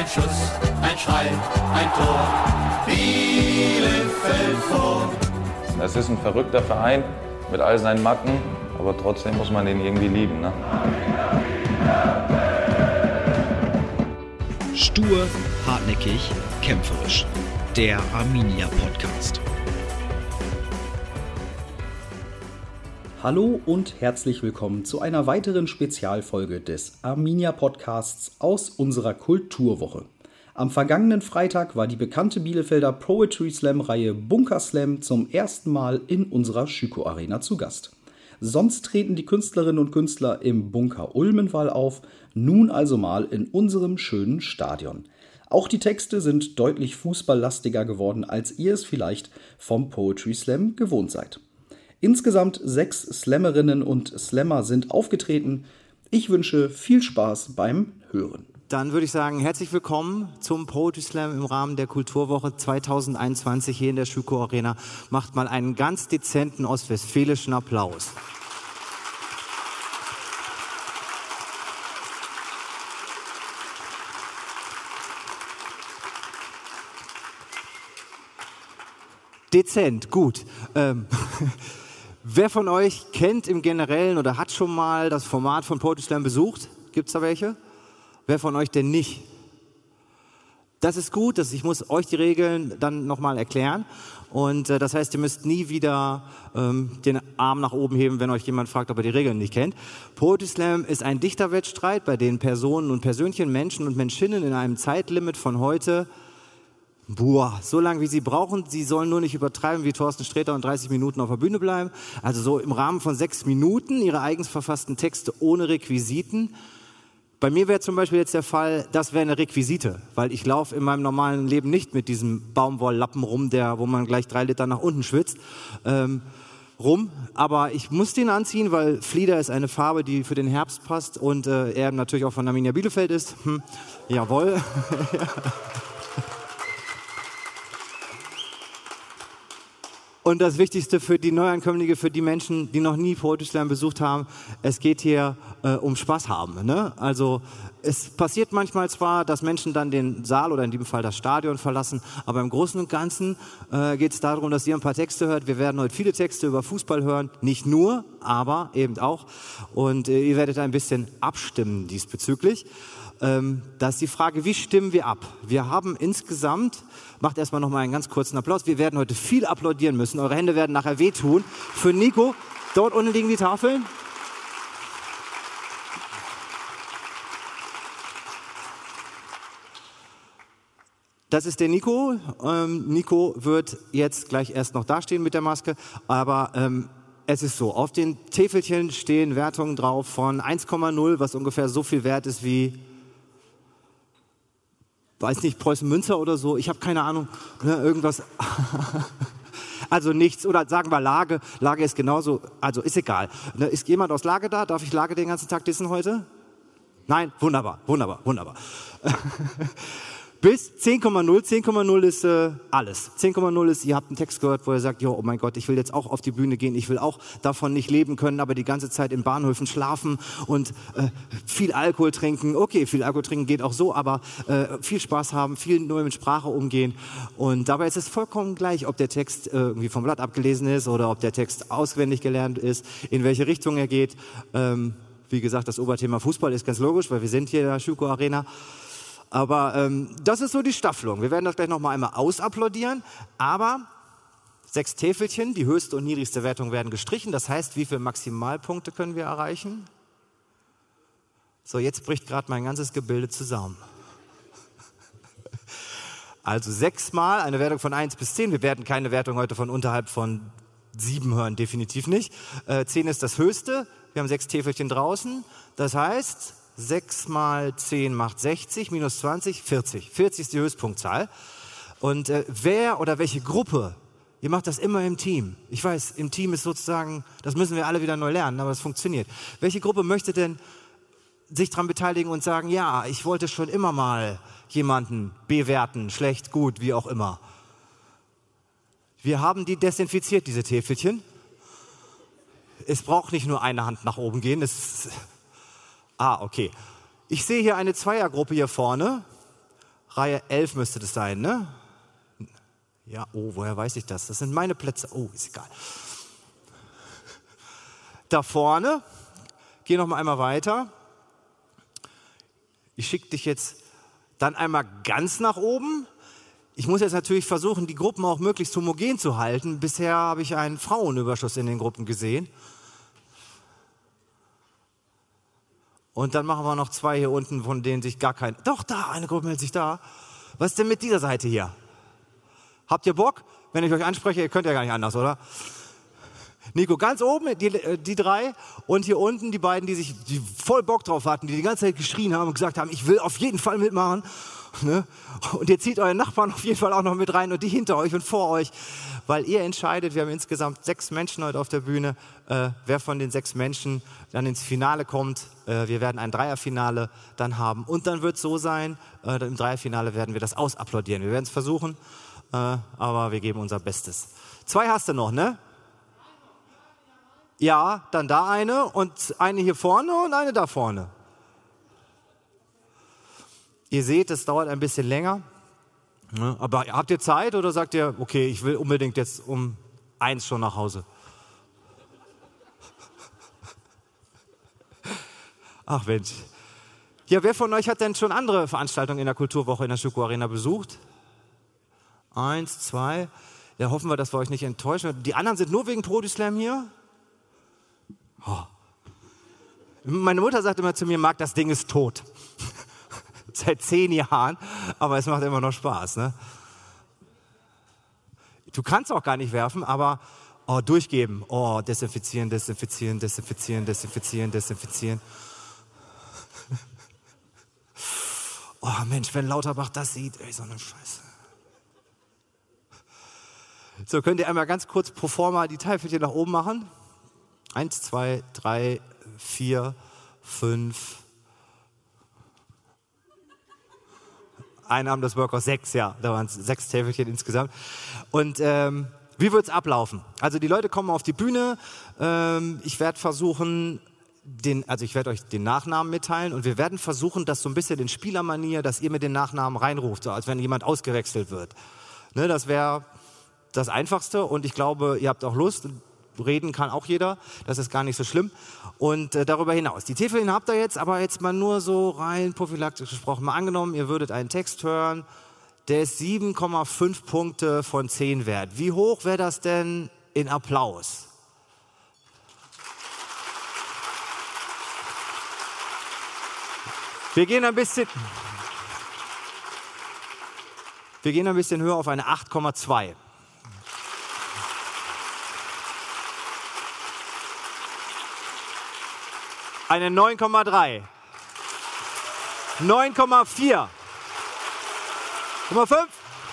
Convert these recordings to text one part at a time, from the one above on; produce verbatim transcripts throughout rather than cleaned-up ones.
ein Schuss, ein Schrei, ein Tor. Bielefeld vor. Es ist ein verrückter Verein mit all seinen Macken, aber trotzdem muss man den irgendwie lieben, ne? Stur, hartnäckig, kämpferisch. Der Arminia-Podcast. Hallo und herzlich willkommen zu einer weiteren Spezialfolge des Arminia-Podcasts aus unserer Kulturwoche. Am vergangenen Freitag war die bekannte Bielefelder Poetry Slam-Reihe Bunker Slam zum ersten Mal in unserer Schüko Arena zu Gast. Sonst treten die Künstlerinnen und Künstler im Bunker Ulmenwall auf, nun also mal in unserem schönen Stadion. Auch die Texte sind deutlich fußballlastiger geworden, als ihr es vielleicht vom Poetry Slam gewohnt seid. Insgesamt sechs Slammerinnen und Slammer sind aufgetreten. Ich wünsche viel Spaß beim Hören. Dann würde ich sagen, herzlich willkommen zum Poetry Slam im Rahmen der Kulturwoche zwanzig einundzwanzig hier in der Schüko Arena. Macht mal einen ganz dezenten ostwestfälischen Applaus. Dezent, gut. Ähm, wer von euch kennt im Generellen oder hat schon mal das Format von Poetry Slam besucht? Gibt es da welche? Wer von euch denn nicht? Das ist gut, dass ich muss euch die Regeln dann nochmal erklären. Und äh, das heißt, ihr müsst nie wieder ähm, den Arm nach oben heben, wenn euch jemand fragt, ob er die Regeln nicht kennt. Poetry Slam ist ein Dichterwettstreit, bei dem Personen und Persönchen, Menschen und Menschinnen in einem Zeitlimit von heute, boah, so lange wie sie brauchen, sie sollen nur nicht übertreiben wie Thorsten Sträter und dreißig Minuten auf der Bühne bleiben. Also so im Rahmen von sechs Minuten ihre eigens verfassten Texte ohne Requisiten. Bei mir wäre zum Beispiel jetzt der Fall, das wäre eine Requisite, weil ich laufe in meinem normalen Leben nicht mit diesem Baumwolllappen rum, der, wo man gleich drei Liter nach unten schwitzt, ähm, rum. Aber ich muss den anziehen, weil Flieder ist eine Farbe, die für den Herbst passt und äh, er natürlich auch von Arminia Bielefeld ist. Hm, jawohl. Und das Wichtigste für die Neuankömmlinge, für die Menschen, die noch nie Poetry Slam besucht haben, es geht hier äh, um Spaß haben. Ne? Also es passiert manchmal zwar, dass Menschen dann den Saal oder in diesem Fall das Stadion verlassen, aber im Großen und Ganzen äh, geht es darum, dass ihr ein paar Texte hört. Wir werden heute viele Texte über Fußball hören, nicht nur, aber eben auch. Und äh, ihr werdet ein bisschen abstimmen diesbezüglich. Ähm, da ist die Frage, wie stimmen wir ab? Wir haben insgesamt, macht erstmal noch mal einen ganz kurzen Applaus, wir werden heute viel applaudieren müssen, eure Hände werden nachher wehtun. Für Nico, dort unten liegen die Tafeln. Das ist der Nico. Ähm, Nico wird jetzt gleich erst noch dastehen mit der Maske, aber ähm, es ist so, auf den Täfelchen stehen Wertungen drauf von eins Komma null, was ungefähr so viel wert ist wie, weiß nicht, Preußen-Münster oder so, ich habe keine Ahnung, ne, irgendwas, also nichts, oder sagen wir Lage, Lage ist genauso, also ist egal. Ne, ist jemand aus Lage da? Darf ich Lage den ganzen Tag dissen heute? Nein? Wunderbar, wunderbar, wunderbar. Bis zehn Komma null. zehn Komma null ist äh, alles. zehn Komma null ist, ihr habt einen Text gehört, wo ihr sagt, jo, oh mein Gott, ich will jetzt auch auf die Bühne gehen, ich will auch davon nicht leben können, aber die ganze Zeit in Bahnhöfen schlafen und äh, viel Alkohol trinken. Okay, viel Alkohol trinken geht auch so, aber äh, viel Spaß haben, viel nur mit Sprache umgehen. Und dabei ist es vollkommen gleich, ob der Text äh, irgendwie vom Blatt abgelesen ist oder ob der Text auswendig gelernt ist, in welche Richtung er geht. Ähm, wie gesagt, das Oberthema Fußball ist ganz logisch, weil wir sind hier in der Schüko Arena. Aber ähm, das ist so die Staffelung. Wir werden das gleich noch mal einmal ausapplaudieren. Aber sechs Täfelchen, die höchste und niedrigste Wertung werden gestrichen. Das heißt, wie viele Maximalpunkte können wir erreichen? So, jetzt bricht gerade mein ganzes Gebilde zusammen. Also sechsmal eine Wertung von eins bis zehn. Wir werden keine Wertung heute von unterhalb von sieben hören, definitiv nicht. Äh, zehn ist das höchste. Wir haben sechs Täfelchen draußen. Das heißt, sechs mal zehn macht sechzig, minus zwanzig, vierzig. vierzig ist die Höchstpunktzahl. Und äh, wer oder welche Gruppe, ihr macht das immer im Team. Ich weiß, im Team ist sozusagen, das müssen wir alle wieder neu lernen, aber es funktioniert. Welche Gruppe möchte denn sich daran beteiligen und sagen, ja, ich wollte schon immer mal jemanden bewerten, schlecht, gut, wie auch immer. Wir haben die desinfiziert, diese Täfelchen. Es braucht nicht nur eine Hand nach oben gehen. Es Ah, okay. Ich sehe hier eine Zweiergruppe hier vorne. Reihe elf müsste das sein, ne? Ja, oh, woher weiß ich das? Das sind meine Plätze. Oh, ist egal. Da vorne, geh noch mal einmal weiter. Ich schicke dich jetzt dann einmal ganz nach oben. Ich muss jetzt natürlich versuchen, die Gruppen auch möglichst homogen zu halten. Bisher habe ich einen Frauenüberschuss in den Gruppen gesehen. Und dann machen wir noch zwei hier unten, von denen sich gar kein... Doch, da, eine Gruppe hält sich da. Was ist denn mit dieser Seite hier? Habt ihr Bock? Wenn ich euch anspreche, ihr könnt ja gar nicht anders, oder? Nico, ganz oben, die, die drei. Und hier unten die beiden, die sich die voll Bock drauf hatten, die die ganze Zeit geschrien haben und gesagt haben, ich will auf jeden Fall mitmachen. Ne? Und ihr zieht euren Nachbarn auf jeden Fall auch noch mit rein und die hinter euch und vor euch. Weil ihr entscheidet, wir haben insgesamt sechs Menschen heute auf der Bühne, äh, wer von den sechs Menschen dann ins Finale kommt. Äh, wir werden ein Dreierfinale dann haben. Und dann wird es so sein, äh, im Dreierfinale werden wir das ausapplaudieren. Wir werden es versuchen, äh, aber wir geben unser Bestes. Zwei hast du noch, ne? Ja, dann da eine und eine hier vorne und eine da vorne. Ihr seht, es dauert ein bisschen länger. Ja, aber habt ihr Zeit oder sagt ihr, okay, ich will unbedingt jetzt um eins schon nach Hause? Ach Mensch. Ja, wer von euch hat denn schon andere Veranstaltungen in der Kulturwoche in der Schüko Arena besucht? Eins, zwei. Ja, hoffen wir, dass wir euch nicht enttäuschen. Die anderen sind nur wegen Poetry-Slam hier? Oh. Meine Mutter sagt immer zu mir, Marc, das Ding ist tot. Seit zehn Jahren, aber es macht immer noch Spaß. Ne? Du kannst auch gar nicht werfen, aber oh, durchgeben. Oh, desinfizieren, desinfizieren, desinfizieren, desinfizieren, desinfizieren. Oh Mensch, wenn Lauterbach das sieht, ey, so eine Scheiße. So, könnt ihr einmal ganz kurz pro forma die Teilfläche nach oben machen? Eins, zwei, drei, vier, fünf. Einer haben das Workout, sechs, ja, da waren es sechs Täfelchen insgesamt. Und ähm, wie wird es ablaufen? Also die Leute kommen auf die Bühne, ähm, ich werde versuchen, den, also ich werde euch den Nachnamen mitteilen und wir werden versuchen, das so ein bisschen in Spielermanier, dass ihr mit den Nachnamen reinruft, so als wenn jemand ausgewechselt wird. Ne, das wäre das Einfachste und ich glaube, ihr habt auch Lust. Reden kann auch jeder, das ist gar nicht so schlimm. Und äh, darüber hinaus, die Täfelchen habt ihr jetzt, aber jetzt mal nur so rein prophylaktisch gesprochen. Mal angenommen, ihr würdet einen Text hören, der ist sieben Komma fünf Punkte von zehn wert. Wie hoch wäre das denn in Applaus? Wir gehen ein bisschen, wir gehen ein bisschen höher auf eine acht Komma zwei. Eine neun Komma drei, neun Komma vier, Komma fünf,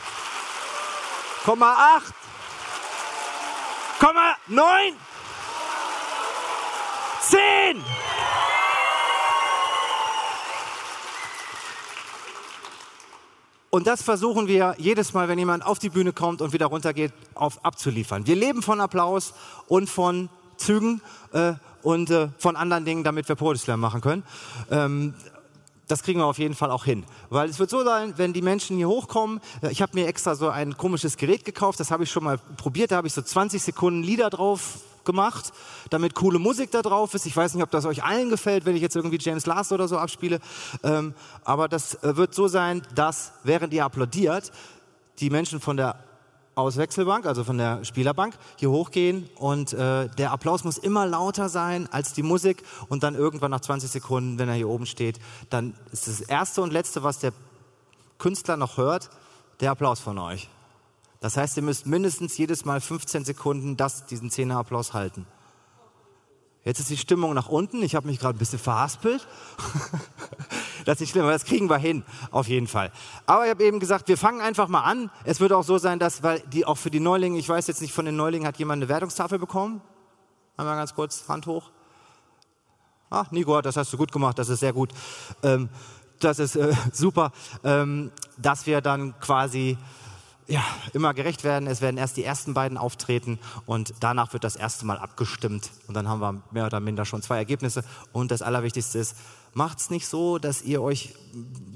Komma acht, Komma neun, zehn. Und das versuchen wir jedes Mal, wenn jemand auf die Bühne kommt und wieder runtergeht, auf abzuliefern. Wir leben von Applaus und von Zügen äh, und äh, von anderen Dingen, damit wir Poetry Slam machen können. Ähm, das kriegen wir auf jeden Fall auch hin. Weil es wird so sein, wenn die Menschen hier hochkommen, äh, ich habe mir extra so ein komisches Gerät gekauft, das habe ich schon mal probiert, da habe ich so zwanzig Sekunden Lieder drauf gemacht, damit coole Musik da drauf ist. Ich weiß nicht, ob das euch allen gefällt, wenn ich jetzt irgendwie James Last oder so abspiele, ähm, aber das äh, wird so sein, dass während ihr applaudiert, die Menschen von der Auswechselbank, also von der Spielerbank, hier hochgehen und äh, der Applaus muss immer lauter sein als die Musik und dann irgendwann nach zwanzig Sekunden, wenn er hier oben steht, dann ist das Erste und Letzte, was der Künstler noch hört, der Applaus von euch. Das heißt, ihr müsst mindestens jedes Mal fünfzehn Sekunden das, diesen Zehner-Applaus halten. Jetzt ist die Stimmung nach unten, ich habe mich gerade ein bisschen verhaspelt. Das ist nicht schlimm, aber das kriegen wir hin, auf jeden Fall. Aber ich habe eben gesagt, wir fangen einfach mal an. Es wird auch so sein, dass, weil die auch für die Neulinge, ich weiß jetzt nicht, von den Neulingen hat jemand eine Wertungstafel bekommen? Einmal ganz kurz, Hand hoch. Ah, Nico, das hast du gut gemacht, das ist sehr gut. Ähm, das ist äh, super, ähm, dass wir dann quasi ja, immer gerecht werden. Es werden erst die ersten beiden auftreten und danach wird das erste Mal abgestimmt. Und dann haben wir mehr oder minder schon zwei Ergebnisse. Und das Allerwichtigste ist, macht's nicht so, dass ihr euch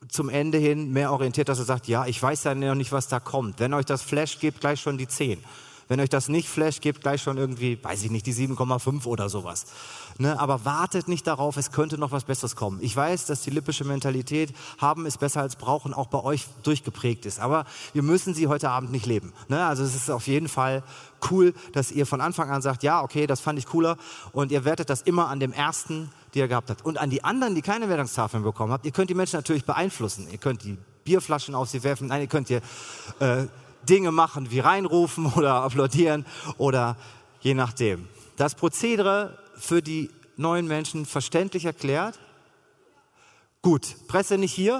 zum Ende hin mehr orientiert, dass er sagt, ja, ich weiß ja noch nicht, was da kommt. Wenn euch das flasht, gebt gleich schon die zehn. Wenn euch das nicht flasht, gebt gleich schon irgendwie, weiß ich nicht, die sieben Komma fünf oder sowas. Ne? Aber wartet nicht darauf, es könnte noch was Besseres kommen. Ich weiß, dass die lippische Mentalität, haben ist besser als brauchen, auch bei euch durchgeprägt ist. Aber wir müssen sie heute Abend nicht leben. Ne? Also es ist auf jeden Fall cool, dass ihr von Anfang an sagt, ja, okay, das fand ich cooler. Und ihr wertet das immer an dem ersten, die ihr gehabt habt. Und an die anderen, die keine Wertungstafeln bekommen habt, ihr könnt die Menschen natürlich beeinflussen. Ihr könnt die Bierflaschen auf sie werfen, nein, ihr könnt ihr äh, Dinge machen wie reinrufen oder applaudieren oder je nachdem. Das Prozedere für die neuen Menschen verständlich erklärt. Gut, Presse nicht hier.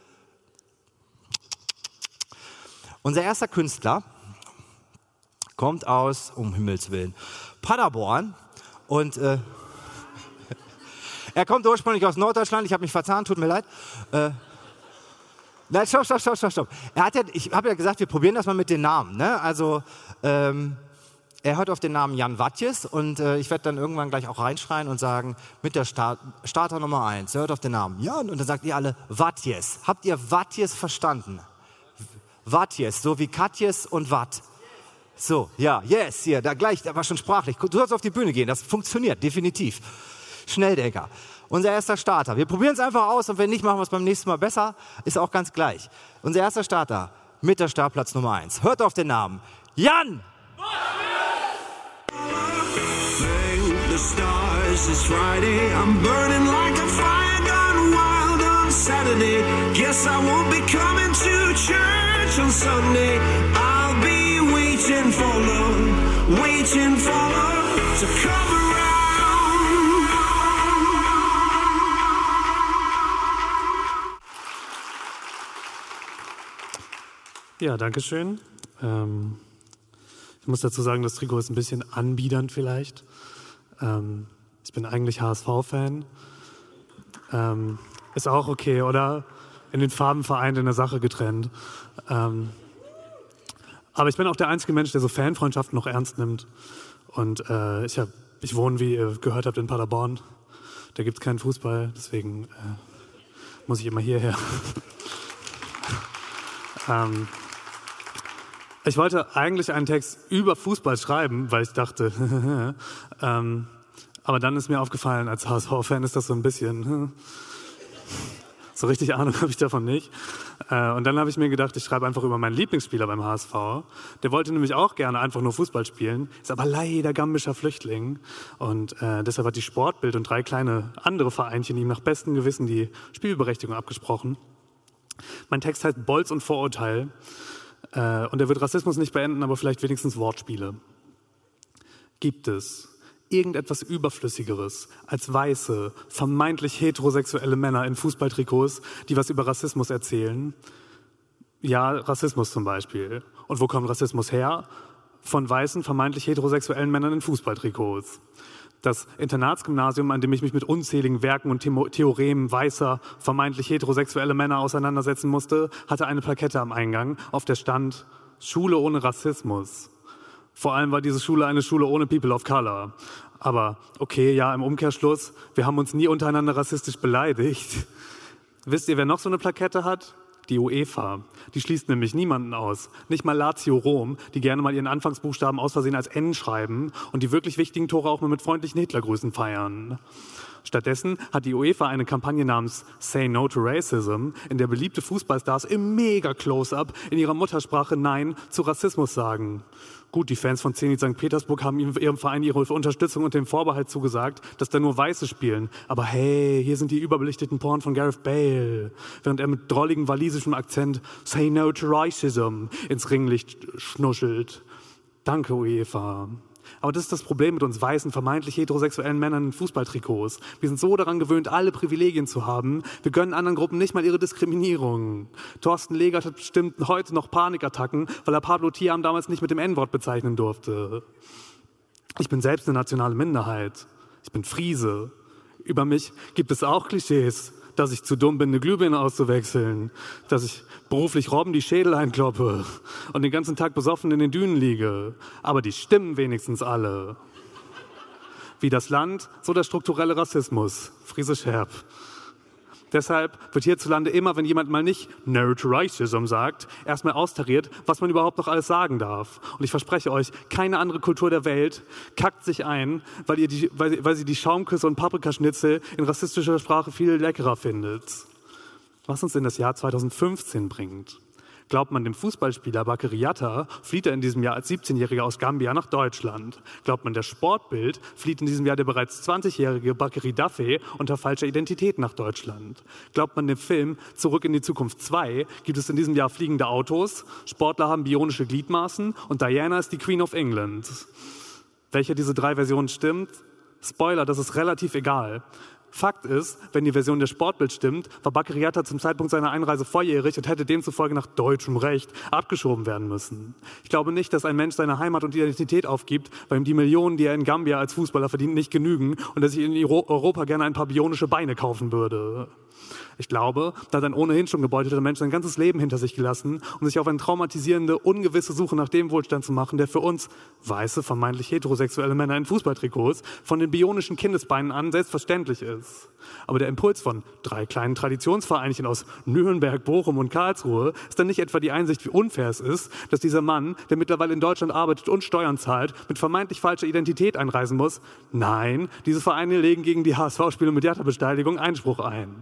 Unser erster Künstler kommt aus, um Himmels Willen, Paderborn und äh, er kommt ursprünglich aus Norddeutschland. Ich habe mich vertan, tut mir leid. Äh, Nein, stopp, stopp, stopp, stopp, stopp. Er hat ja, ich habe ja gesagt, wir probieren das mal mit den Namen. Ne? Also ähm, er hört auf den Namen Jan Wattjes und äh, ich werde dann irgendwann gleich auch reinschreien und sagen, mit der Start, Starter Nummer eins, er hört auf den Namen Jan und dann sagt ihr alle Wattjes. Habt ihr Wattjes verstanden? Wattjes, so wie Katjes und Watt. So, ja, yes, hier, da gleich, da war schon sprachlich. Du sollst auf die Bühne gehen, das funktioniert, definitiv. Schnelldenker. Unser erster Starter. Wir probieren es einfach aus und wenn nicht, machen wir es beim nächsten Mal besser. Ist auch ganz gleich. Unser erster Starter mit der Startplatz Nummer eins. Hört auf den Namen. Jan! The stars, it's Friday. I'm burning like a fire gone wild on Saturday. Guess I won't be coming to church on Sunday. I'll be waiting for love, waiting for love to come around. Ja, danke schön. Ähm, ich muss dazu sagen, das Trikot ist ein bisschen anbiedernd vielleicht. Ähm, ich bin eigentlich H S V-Fan. Ähm, ist auch okay, oder? In den Farben vereint, in der Sache getrennt. Ähm, aber ich bin auch der einzige Mensch, der so Fanfreundschaften noch ernst nimmt. Und äh, ich, hab, ich wohne, wie ihr gehört habt, in Paderborn. Da gibt es keinen Fußball, deswegen äh, muss ich immer hierher. ähm, Ich wollte eigentlich einen Text über Fußball schreiben, weil ich dachte, ähm, aber dann ist mir aufgefallen, als H S V-Fan ist das so ein bisschen, so richtig Ahnung habe ich davon nicht. Äh, und dann habe ich mir gedacht, ich schreibe einfach über meinen Lieblingsspieler beim H S V. Der wollte nämlich auch gerne einfach nur Fußball spielen, ist aber leider gambischer Flüchtling. Und äh, deshalb hat die Sportbild und drei kleine andere Vereinchen ihm nach bestem Gewissen die Spielberechtigung abgesprochen. Mein Text heißt Bolz und Vorurteil. Äh, und er wird Rassismus nicht beenden, aber vielleicht wenigstens Wortspiele. Gibt es irgendetwas Überflüssigeres als weiße, vermeintlich heterosexuelle Männer in Fußballtrikots, die was über Rassismus erzählen? Ja, Rassismus zum Beispiel. Und wo kommt Rassismus her? Von weißen, vermeintlich heterosexuellen Männern in Fußballtrikots. Das Internatsgymnasium, an dem ich mich mit unzähligen Werken und Theoremen weißer, vermeintlich heterosexuelle Männer auseinandersetzen musste, hatte eine Plakette am Eingang, auf der stand Schule ohne Rassismus. Vor allem war diese Schule eine Schule ohne People of Color. Aber okay, ja, im Umkehrschluss, wir haben uns nie untereinander rassistisch beleidigt. Wisst ihr, wer noch so eine Plakette hat? Die UEFA. Die schließt nämlich niemanden aus. Nicht mal Lazio Rom, die gerne mal ihren Anfangsbuchstaben aus Versehen als N schreiben und die wirklich wichtigen Tore auch mal mit freundlichen Hitlergrüßen feiern. Stattdessen hat die UEFA eine Kampagne namens Say No to Racism, in der beliebte Fußballstars im Mega-Close-Up in ihrer Muttersprache Nein zu Rassismus sagen. Gut, die Fans von Zenit Sankt Petersburg haben ihrem Verein ihre Unterstützung und den Vorbehalt zugesagt, dass da nur Weiße spielen. Aber hey, hier sind die überbelichteten Porn von Gareth Bale, während er mit drolligem walisischem Akzent Say No to Racism ins Ringlicht schnuschelt. Danke, UEFA. Aber das ist das Problem mit uns weißen, vermeintlich heterosexuellen Männern in Fußballtrikots. Wir sind so daran gewöhnt, alle Privilegien zu haben. Wir gönnen anderen Gruppen nicht mal ihre Diskriminierung. Thorsten Legert hat bestimmt heute noch Panikattacken, weil er Pablo Thiam damals nicht mit dem N-Wort bezeichnen durfte. Ich bin selbst eine nationale Minderheit. Ich bin Friese. Über mich gibt es auch Klischees, dass ich zu dumm bin, eine Glühbirne auszuwechseln, dass ich beruflich Robben die Schädel einkloppe und den ganzen Tag besoffen in den Dünen liege. Aber die stimmen wenigstens alle. Wie das Land, so der strukturelle Rassismus. Friese Scherb. Deshalb wird hierzulande immer, wenn jemand mal nicht Nerd Racism sagt, erstmal austariert, was man überhaupt noch alles sagen darf. Und ich verspreche euch, keine andere Kultur der Welt kackt sich ein, weil, ihr die, weil, weil sie die Schaumküsse und Paprikaschnitzel in rassistischer Sprache viel leckerer findet. Was uns in das Jahr zweitausendfünfzehn bringt. Glaubt man dem Fußballspieler Bakary Yatta, flieht er in diesem Jahr als siebzehnjähriger aus Gambia nach Deutschland. Glaubt man der Sportbild, flieht in diesem Jahr der bereits zwanzigjährige Bakary Daffé unter falscher Identität nach Deutschland. Glaubt man dem Film Zurück in die Zukunft zwei, gibt es in diesem Jahr fliegende Autos, Sportler haben bionische Gliedmaßen und Diana ist die Queen of England. Welche diese drei Versionen stimmt? Spoiler, das ist relativ egal. Fakt ist, wenn die Version der Sportbild stimmt, war Bakary Yatta zum Zeitpunkt seiner Einreise volljährig und hätte demzufolge nach deutschem Recht abgeschoben werden müssen. Ich glaube nicht, dass ein Mensch seine Heimat und Identität aufgibt, weil ihm die Millionen, die er in Gambia als Fußballer verdient, nicht genügen und er sich in Europa gerne ein paar bionische Beine kaufen würde. Ich glaube, da hat ein ohnehin schon gebeutelter Mensch sein ganzes Leben hinter sich gelassen, um sich auf eine traumatisierende, ungewisse Suche nach dem Wohlstand zu machen, der für uns, weiße, vermeintlich heterosexuelle Männer in Fußballtrikots, von den bionischen Kindesbeinen an selbstverständlich ist. Aber der Impuls von drei kleinen Traditionsvereinchen aus Nürnberg, Bochum und Karlsruhe ist dann nicht etwa die Einsicht, wie unfair es ist, dass dieser Mann, der mittlerweile in Deutschland arbeitet und Steuern zahlt, mit vermeintlich falscher Identität einreisen muss. Nein, diese Vereine legen gegen die H S V-Spiele mit Jatta-Beteiligung Einspruch ein.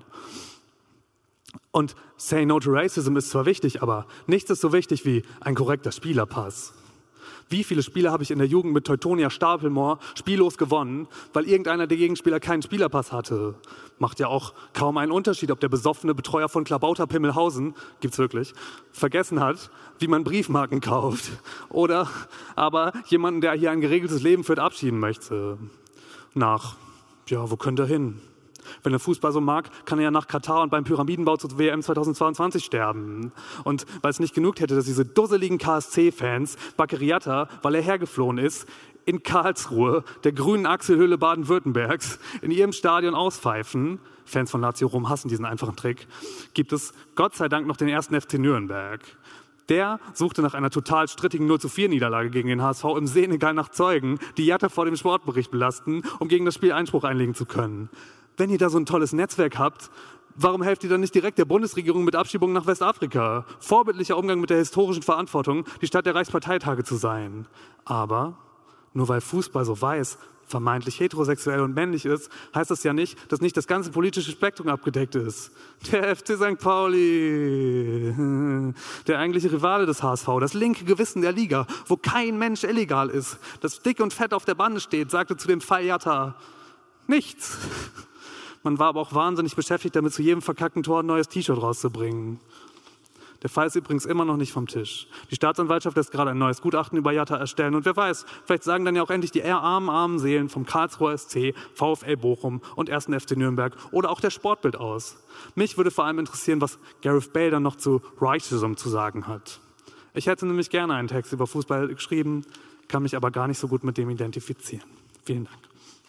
Und Say No to Racism ist zwar wichtig, aber nichts ist so wichtig wie ein korrekter Spielerpass. Wie viele Spiele habe ich in der Jugend mit Teutonia Stapelmoor spiellos gewonnen, weil irgendeiner der Gegenspieler keinen Spielerpass hatte? Macht ja auch kaum einen Unterschied, ob der besoffene Betreuer von Klabauter Pimmelhausen, gibt's wirklich, vergessen hat, wie man Briefmarken kauft. Oder aber jemanden, der hier ein geregeltes Leben führt, abschieden möchte. Nach, ja, wo könnte er hin? Wenn er Fußball so mag, kann er ja nach Katar und beim Pyramidenbau zur W M zweitausendzweiundzwanzig sterben. Und weil es nicht genug hätte, dass diese dusseligen K S C-Fans Bakary Yatta, weil er hergeflohen ist, in Karlsruhe, der grünen Achselhöhle Baden-Württembergs, in ihrem Stadion auspfeifen, Fans von Lazio Rom hassen diesen einfachen Trick, gibt es Gott sei Dank noch den ersten F C Nürnberg. Der suchte nach einer total strittigen null zu vier Niederlage gegen den H S V im Senegal nach Zeugen, die Yatta vor dem Sportbericht belasten, um gegen das Spiel Einspruch einlegen zu können. Wenn ihr da so ein tolles Netzwerk habt, warum helft ihr dann nicht direkt der Bundesregierung mit Abschiebungen nach Westafrika? Vorbildlicher Umgang mit der historischen Verantwortung, die Stadt der Reichsparteitage zu sein. Aber nur weil Fußball so weiß, vermeintlich heterosexuell und männlich ist, heißt das ja nicht, dass nicht das ganze politische Spektrum abgedeckt ist. Der F C Sankt Pauli, der eigentliche Rivale des H S V, das linke Gewissen der Liga, wo kein Mensch illegal ist, das dick und fett auf der Bande steht, sagte zu dem Fall Yatta nichts. Man war aber auch wahnsinnig beschäftigt, damit zu jedem verkackten Tor ein neues T-Shirt rauszubringen. Der Fall ist übrigens immer noch nicht vom Tisch. Die Staatsanwaltschaft lässt gerade ein neues Gutachten über Yatta erstellen. Und wer weiß, vielleicht sagen dann ja auch endlich die eher armen, armen Seelen vom Karlsruher S C, VfL Bochum und ersten F C Nürnberg oder auch der Sportbild aus. Mich würde vor allem interessieren, was Gareth Bale dann noch zu Racism zu sagen hat. Ich hätte nämlich gerne einen Text über Fußball geschrieben, kann mich aber gar nicht so gut mit dem identifizieren. Vielen Dank.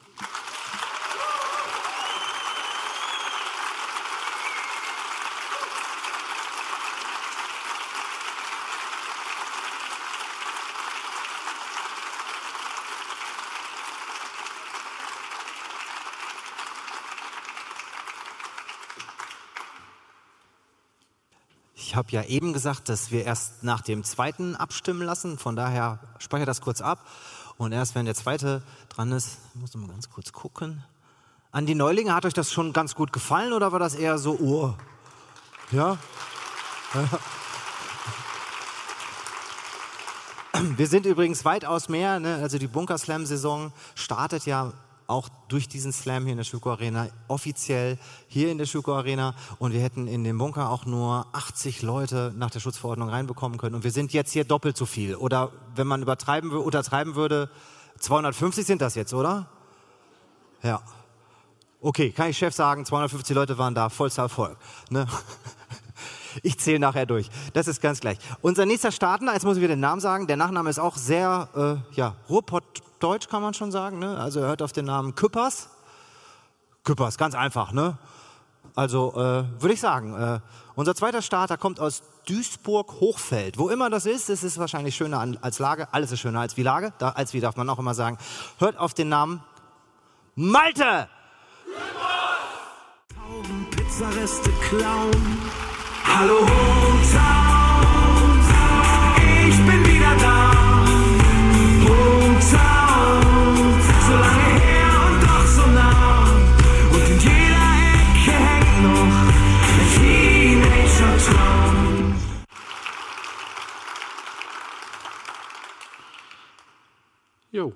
Ich habe ja eben gesagt, dass wir erst nach dem zweiten abstimmen lassen. Von daher speichere das kurz ab. Und erst wenn der zweite dran ist, muss ich mal ganz kurz gucken. An die Neulinge, hat euch das schon ganz gut gefallen oder war das eher so, oh, ja? Wir sind übrigens weitaus mehr, ne? Also die Bunker-Slam-Saison startet ja auch durch diesen Slam hier in der Schüco Arena, offiziell hier in der Schüco Arena. Und wir hätten in dem Bunker auch nur achtzig Leute nach der Schutzverordnung reinbekommen können. Und wir sind jetzt hier doppelt so viel. Oder wenn man übertreiben, untertreiben würde, zweihundertfünfzig sind das jetzt, oder? Ja. Okay, kann ich Chef sagen, zweihundertfünfzig Leute waren da, vollster Erfolg. Ne? Ich zähle nachher durch. Das ist ganz gleich. Unser nächster Startender, jetzt muss ich wieder den Namen sagen, der Nachname ist auch sehr, äh, ja, Ruhrpott-Deutsch kann man schon sagen, ne? Also er hört auf den Namen Küppers. Küppers, ganz einfach, ne? Also äh, würde ich sagen, äh, unser zweiter Starter kommt aus Duisburg-Hochfeld. Wo immer das ist, es ist wahrscheinlich schöner als Lage. Alles ist schöner als wie Lage. Da, als wie darf man auch immer sagen. Hört auf den Namen Malte! Pizzareste klauen. Hallo Hometown, ich bin wieder da. Hometown, so lange her und doch so nah. Und in jeder Ecke hängt noch ein Teenager-Traum. Jo.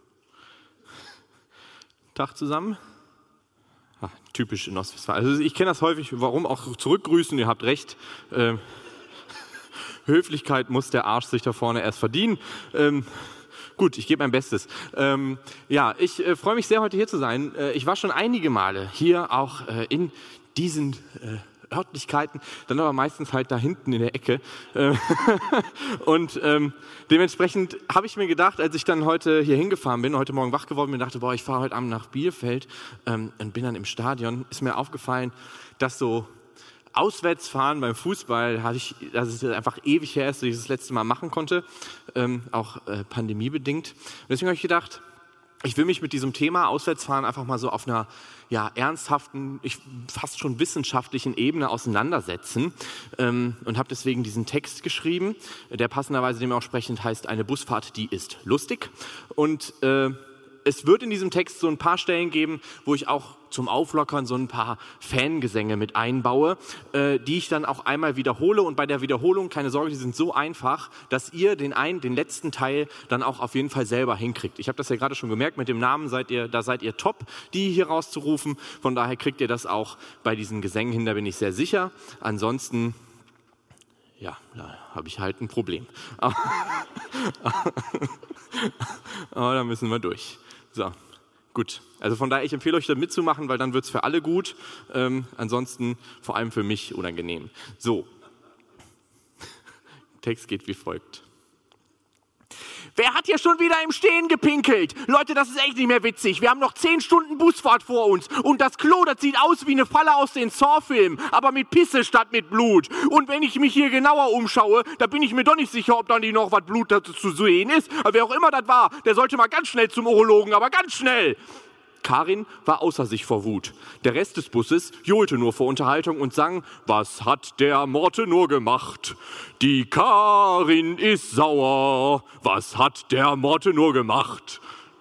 Tag zusammen. Ach, typisch in Ostwestfalen. Also ich kenne das häufig, warum auch zurückgrüßen, ihr habt recht. Ähm, Höflichkeit muss der Arsch sich da vorne erst verdienen. Ähm, gut, ich gebe mein Bestes. Ähm, ja, ich äh, freue mich sehr, heute hier zu sein. Äh, ich war schon einige Male hier, auch äh, in diesen äh, Örtlichkeiten, dann aber meistens halt da hinten in der Ecke. Und ähm, dementsprechend habe ich mir gedacht, als ich dann heute hier hingefahren bin, heute Morgen wach geworden bin, dachte, boah, ich fahre heute Abend nach Bielefeld ähm, und bin dann im Stadion, ist mir aufgefallen, dass so Auswärtsfahren beim Fußball, hatte ich, dass es einfach ewig her ist, dass ich das letzte Mal machen konnte, ähm, auch äh, pandemiebedingt. Und deswegen habe ich gedacht, ich will mich mit diesem Thema Auswärtsfahren einfach mal so auf einer ja, ernsthaften, ich, fast schon wissenschaftlichen Ebene auseinandersetzen ähm, und habe deswegen diesen Text geschrieben, der passenderweise dem auch sprechend heißt, eine Busfahrt, die ist lustig. Und äh, es wird in diesem Text so ein paar Stellen geben, wo ich auch zum Auflockern so ein paar Fangesänge mit einbaue, äh, die ich dann auch einmal wiederhole. Und bei der Wiederholung, keine Sorge, die sind so einfach, dass ihr den einen, den letzten Teil dann auch auf jeden Fall selber hinkriegt. Ich habe das ja gerade schon gemerkt, mit dem Namen seid ihr, da seid ihr top, die hier rauszurufen. Von daher kriegt ihr das auch bei diesen Gesängen hin, da bin ich sehr sicher. Ansonsten, ja, da habe ich halt ein Problem. Aber, aber da müssen wir durch. So. Gut, also von daher, ich empfehle euch da mitzumachen, weil dann wird es für alle gut. Ähm, ansonsten vor allem für mich unangenehm. So, Text geht wie folgt. Wer hat hier schon wieder im Stehen gepinkelt? Leute, das ist echt nicht mehr witzig. Wir haben noch zehn Stunden Busfahrt vor uns. Und das Klo, das sieht aus wie eine Falle aus den Saw-Filmen, aber mit Pisse statt mit Blut. Und wenn ich mich hier genauer umschaue, da bin ich mir doch nicht sicher, ob da nicht noch was Blut dazu zu sehen ist. Aber wer auch immer das war, der sollte mal ganz schnell zum Urologen, aber ganz schnell. Karin war außer sich vor Wut. Der Rest des Busses johlte nur vor Unterhaltung und sang, was hat der Morte nur gemacht? Die Karin ist sauer, was hat der Morte nur gemacht?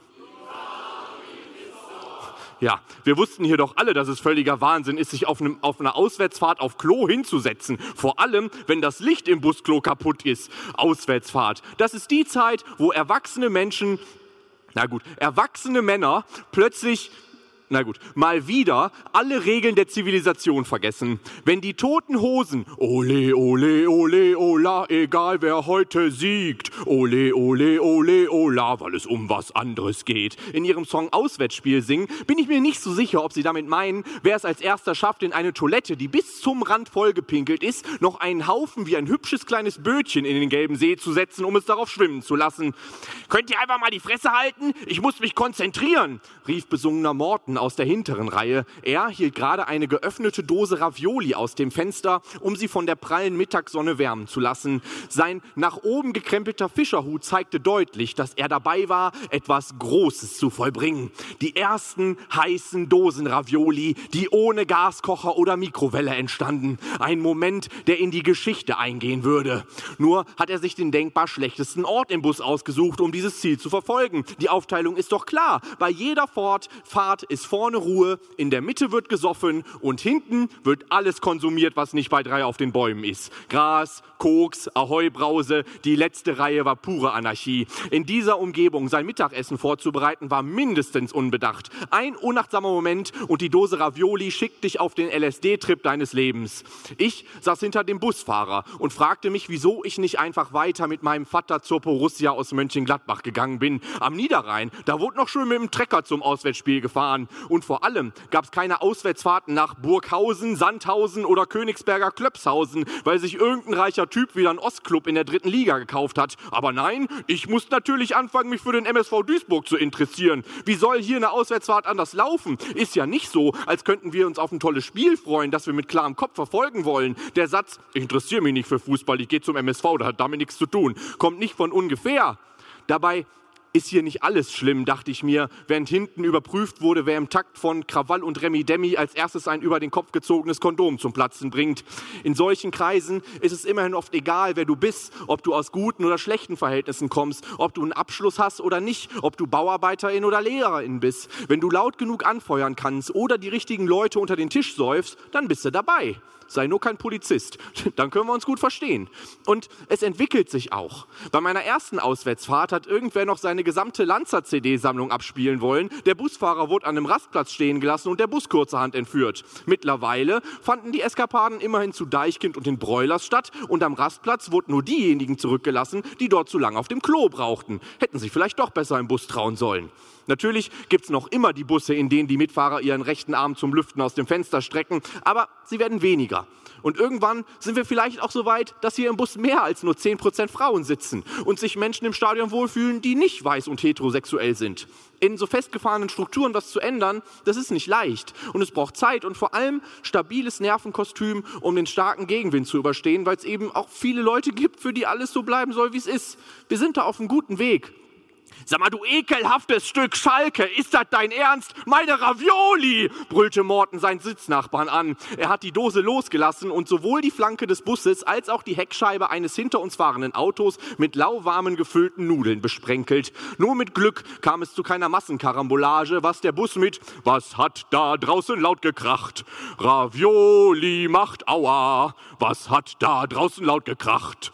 Ja, wir wussten hier doch alle, dass es völliger Wahnsinn ist, sich auf, einem, auf einer Auswärtsfahrt auf Klo hinzusetzen. Vor allem, wenn das Licht im Busklo kaputt ist. Auswärtsfahrt. Das ist die Zeit, wo erwachsene Menschen... Na gut, erwachsene Männer plötzlich, na gut, mal wieder alle Regeln der Zivilisation vergessen. Wenn die Toten Hosen, ole, ole, ole, ola, egal wer heute siegt, ole, ole, ole, ola, weil es um was anderes geht, in ihrem Song Auswärtsspiel singen, bin ich mir nicht so sicher, ob sie damit meinen, wer es als erster schafft, in eine Toilette, die bis zum Rand vollgepinkelt ist, noch einen Haufen wie ein hübsches kleines Bötchen in den gelben See zu setzen, um es darauf schwimmen zu lassen. Könnt ihr einfach mal die Fresse halten? Ich muss mich konzentrieren, rief besungener Morten aus der hinteren Reihe. Er hielt gerade eine geöffnete Dose Ravioli aus dem Fenster, um sie von der prallen Mittagssonne wärmen zu lassen. Sein nach oben gekrempelter Fischerhut zeigte deutlich, dass er dabei war, etwas Großes zu vollbringen. Die ersten heißen Dosen Ravioli, die ohne Gaskocher oder Mikrowelle entstanden. Ein Moment, der in die Geschichte eingehen würde. Nur hat er sich den denkbar schlechtesten Ort im Bus ausgesucht, um dieses Ziel zu verfolgen. Die Aufteilung ist doch klar. Bei jeder Fahrt, Fahrt ist vorne Ruhe, in der Mitte wird gesoffen und hinten wird alles konsumiert, was nicht bei drei auf den Bäumen ist. Gras, Koks, Ahoi-Brause, die letzte Reihe war pure Anarchie. In dieser Umgebung sein Mittagessen vorzubereiten, war mindestens unbedacht. Ein unachtsamer Moment und die Dose Ravioli schickt dich auf den L S D-Trip deines Lebens. Ich saß hinter dem Busfahrer und fragte mich, wieso ich nicht einfach weiter mit meinem Vater zur Borussia aus Mönchengladbach gegangen bin. Am Niederrhein, da wurde noch schön mit dem Trecker zum Auswärtsspiel gefahren. Und vor allem gab es keine Auswärtsfahrten nach Burghausen, Sandhausen oder Königsberger Klöpshausen, weil sich irgendein reicher Typ wieder einen Ostclub in der dritten Liga gekauft hat. Aber nein, ich muss natürlich anfangen, mich für den M S V Duisburg zu interessieren. Wie soll hier eine Auswärtsfahrt anders laufen? Ist ja nicht so, als könnten wir uns auf ein tolles Spiel freuen, das wir mit klarem Kopf verfolgen wollen. Der Satz, ich interessiere mich nicht für Fußball, ich gehe zum M S V, das hat damit nichts zu tun, kommt nicht von ungefähr. Dabei ist hier nicht alles schlimm, dachte ich mir, während hinten überprüft wurde, wer im Takt von Krawall und Remi Demi als erstes ein über den Kopf gezogenes Kondom zum Platzen bringt. In solchen Kreisen ist es immerhin oft egal, wer du bist, ob du aus guten oder schlechten Verhältnissen kommst, ob du einen Abschluss hast oder nicht, ob du Bauarbeiterin oder Lehrerin bist. Wenn du laut genug anfeuern kannst oder die richtigen Leute unter den Tisch säufst, dann bist du dabei. Sei nur kein Polizist, dann können wir uns gut verstehen. Und es entwickelt sich auch. Bei meiner ersten Auswärtsfahrt hat irgendwer noch seine gesamte Lanza-C D-Sammlung abspielen wollen. Der Busfahrer wurde an einem Rastplatz stehen gelassen und der Bus kurzerhand entführt. Mittlerweile fanden die Eskapaden immerhin zu Deichkind und den Broilers statt und am Rastplatz wurden nur diejenigen zurückgelassen, die dort zu lange auf dem Klo brauchten. Hätten sich vielleicht doch besser im Bus trauen sollen. Natürlich gibt es noch immer die Busse, in denen die Mitfahrer ihren rechten Arm zum Lüften aus dem Fenster strecken, aber sie werden weniger. Und irgendwann sind wir vielleicht auch so weit, dass hier im Bus mehr als nur zehn Prozent Frauen sitzen und sich Menschen im Stadion wohlfühlen, die nicht weiß und heterosexuell sind. In so festgefahrenen Strukturen was zu ändern, das ist nicht leicht. Und es braucht Zeit und vor allem stabiles Nervenkostüm, um den starken Gegenwind zu überstehen, weil es eben auch viele Leute gibt, für die alles so bleiben soll, wie es ist. Wir sind da auf einem guten Weg. Sag mal, du ekelhaftes Stück Schalke, ist das dein Ernst? Meine Ravioli, brüllte Morten seinen Sitznachbarn an. Er hat die Dose losgelassen und sowohl die Flanke des Busses als auch die Heckscheibe eines hinter uns fahrenden Autos mit lauwarmen gefüllten Nudeln besprenkelt. Nur mit Glück kam es zu keiner Massenkarambolage, was der Bus mit "Was hat da draußen laut gekracht? Ravioli macht Aua, was hat da draußen laut gekracht?"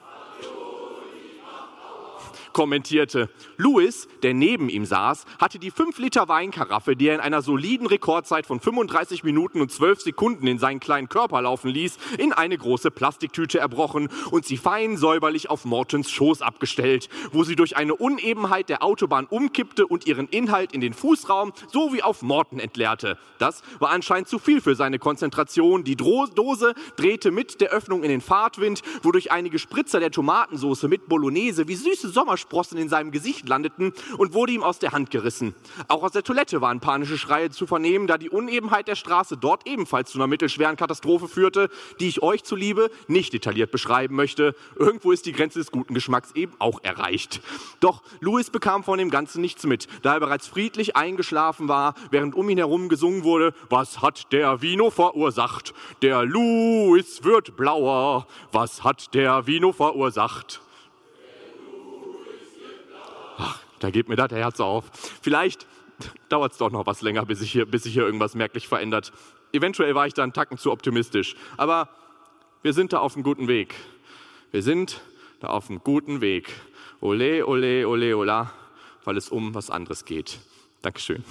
kommentierte. Louis, der neben ihm saß, hatte die fünf Liter Weinkaraffe, die er in einer soliden Rekordzeit von fünfunddreißig Minuten und zwölf Sekunden in seinen kleinen Körper laufen ließ, in eine große Plastiktüte erbrochen und sie fein säuberlich auf Mortens Schoß abgestellt, wo sie durch eine Unebenheit der Autobahn umkippte und ihren Inhalt in den Fußraum sowie auf Morten entleerte. Das war anscheinend zu viel für seine Konzentration. Die Dro- Dose drehte mit der Öffnung in den Fahrtwind, wodurch einige Spritzer der Tomatensauce mit Bolognese wie süße Sommersprossen in seinem Gesicht landeten und wurde ihm aus der Hand gerissen. Auch aus der Toilette waren panische Schreie zu vernehmen, da die Unebenheit der Straße dort ebenfalls zu einer mittelschweren Katastrophe führte, die ich euch zuliebe nicht detailliert beschreiben möchte. Irgendwo ist die Grenze des guten Geschmacks eben auch erreicht. Doch Louis bekam von dem Ganzen nichts mit, da er bereits friedlich eingeschlafen war, während um ihn herum gesungen wurde: "Was hat der Vino verursacht? Der Louis wird blauer. Was hat der Vino verursacht?" Ach, da geht mir das Herz auf. Vielleicht dauert es doch noch was länger, bis sich hier, bis sich hier irgendwas merklich verändert. Eventuell war ich da einen Tacken zu optimistisch. Aber wir sind da auf einem guten Weg. Wir sind da auf einem guten Weg. Ole, ole, ole, ola, weil es um was anderes geht. Dankeschön.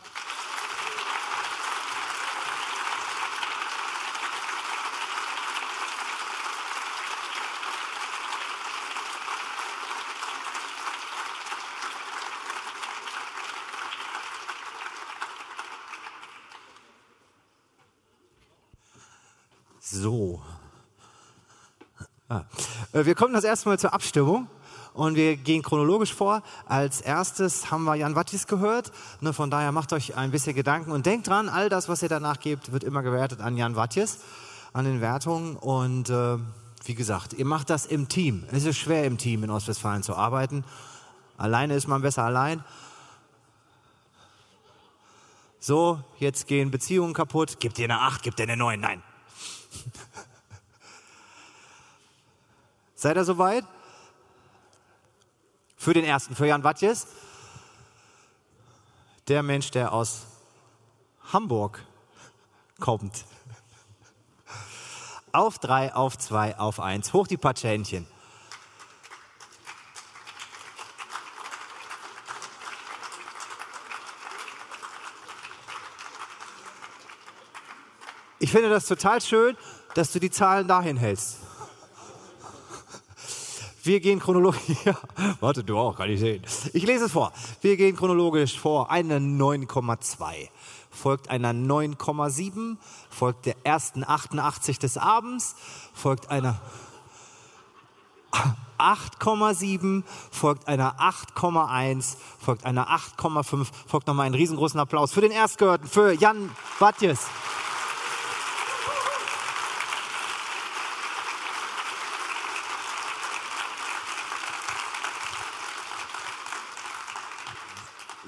So. Ah. Wir kommen das erste Mal zur Abstimmung und wir gehen chronologisch vor. Als erstes haben wir Jan Wattis gehört. Ne, von daher macht euch ein bisschen Gedanken und denkt dran, all das, was ihr danach gebt, wird immer gewertet an Jan Wattis, an den Wertungen. Und äh, wie gesagt, ihr macht das im Team. Es ist schwer, im Team in Ostwestfalen zu arbeiten. Alleine ist man besser allein. So, jetzt gehen Beziehungen kaputt. Gebt ihr eine acht, gebt ihr eine neun? Nein. Seid ihr soweit? Für den ersten, für Jan Watjes. Der Mensch, der aus Hamburg kommt. Auf drei, auf zwei, auf eins. Hoch die Patschhändchen. Ich finde das total schön, dass du die Zahlen dahin hältst. Wir gehen chronologisch. Ja, warte, du auch, kann ich sehen. Ich lese es vor. Wir gehen chronologisch vor. Eine neun Komma zwei. Folgt einer neun Komma sieben. Folgt der ersten achtundachtzig des Abends. Folgt einer acht Komma sieben. Folgt einer acht Komma eins. Folgt einer acht Komma fünf. Folgt nochmal einen riesengroßen Applaus für den Erstgehörten, für Jan Watjes.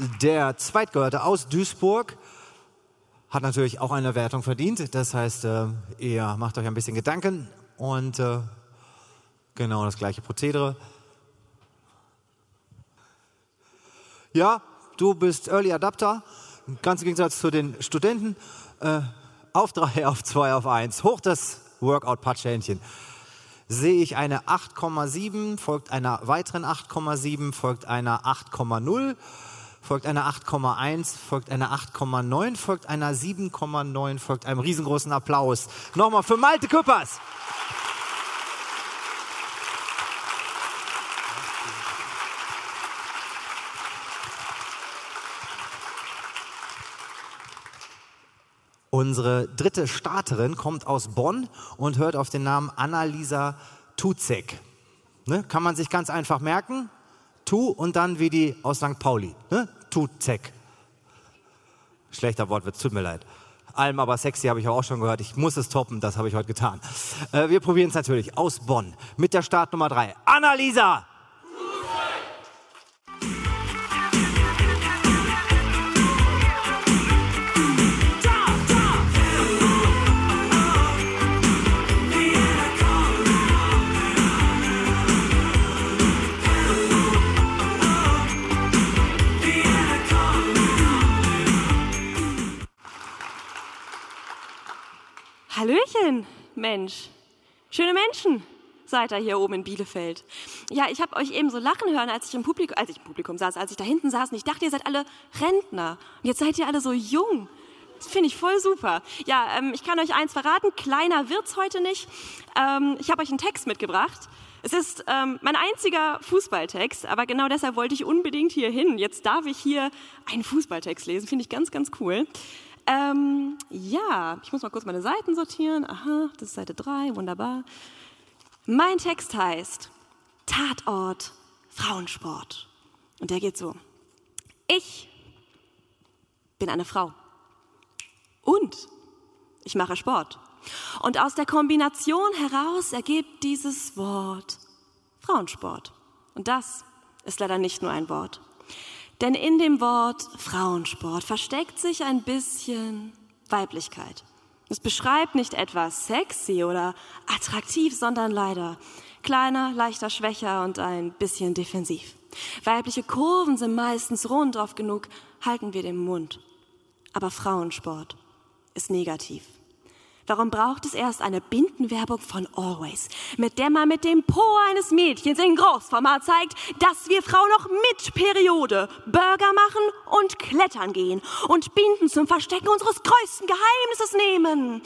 der Zweitgehörte aus Duisburg hat natürlich auch eine Wertung verdient. Das heißt, äh, ihr macht euch ein bisschen Gedanken und äh, genau das gleiche Prozedere. Ja, du bist Early Adapter, ganz im Gegensatz zu den Studenten. Äh, auf drei, auf zwei, auf eins. Hoch das Workout-Patschhähnchen. Sehe ich eine acht Komma sieben, folgt einer weiteren acht Komma sieben, folgt einer acht Komma null, folgt einer acht Komma eins, folgt einer acht Komma neun, folgt einer sieben Komma neun, folgt einem riesengroßen Applaus. Nochmal für Malte Küppers. Unsere dritte Starterin kommt aus Bonn und hört auf den Namen Annalisa Tuzek. Ne? Kann man sich ganz einfach merken. Tu und dann wie die aus Sankt Pauli. Ne? Tuzek. Schlechter Wortwitz, tut mir leid. Allem aber sexy habe ich auch schon gehört. Ich muss es toppen, das habe ich heute getan. Äh, wir probieren es natürlich aus Bonn mit der Startnummer drei. Annalisa! Hallöchen, Mensch. Schöne Menschen seid ihr hier oben in Bielefeld. Ja, ich habe euch eben so lachen hören, als ich im Publikum, als ich im Publikum saß, als ich da hinten saß und ich dachte, ihr seid alle Rentner. Und jetzt seid ihr alle so jung. Das finde ich voll super. Ja, ähm, ich kann euch eins verraten, kleiner wird's heute nicht. Ähm, ich habe euch einen Text mitgebracht. Es ist ähm, mein einziger Fußballtext, aber genau deshalb wollte ich unbedingt hier hin. Jetzt darf ich hier einen Fußballtext lesen, finde ich ganz, ganz cool. Ähm, ja, ich muss mal kurz meine Seiten sortieren. Aha, das ist Seite drei, wunderbar. Mein Text heißt Tatort Frauensport. Und der geht so. Ich bin eine Frau. Und ich mache Sport. Und aus der Kombination heraus ergibt dieses Wort Frauensport. Und das ist leider nicht nur ein Wort. Denn in dem Wort Frauensport versteckt sich ein bisschen Weiblichkeit. Es beschreibt nicht etwas sexy oder attraktiv, sondern leider kleiner, leichter, schwächer und ein bisschen defensiv. Weibliche Kurven sind meistens rund, oft genug halten wir den Mund. Aber Frauensport ist negativ. Warum braucht es erst eine Bindenwerbung von Always, mit der man mit dem Po eines Mädchens in Großformat zeigt, dass wir Frauen noch mit Periode Burger machen und klettern gehen und Binden zum Verstecken unseres größten Geheimnisses nehmen?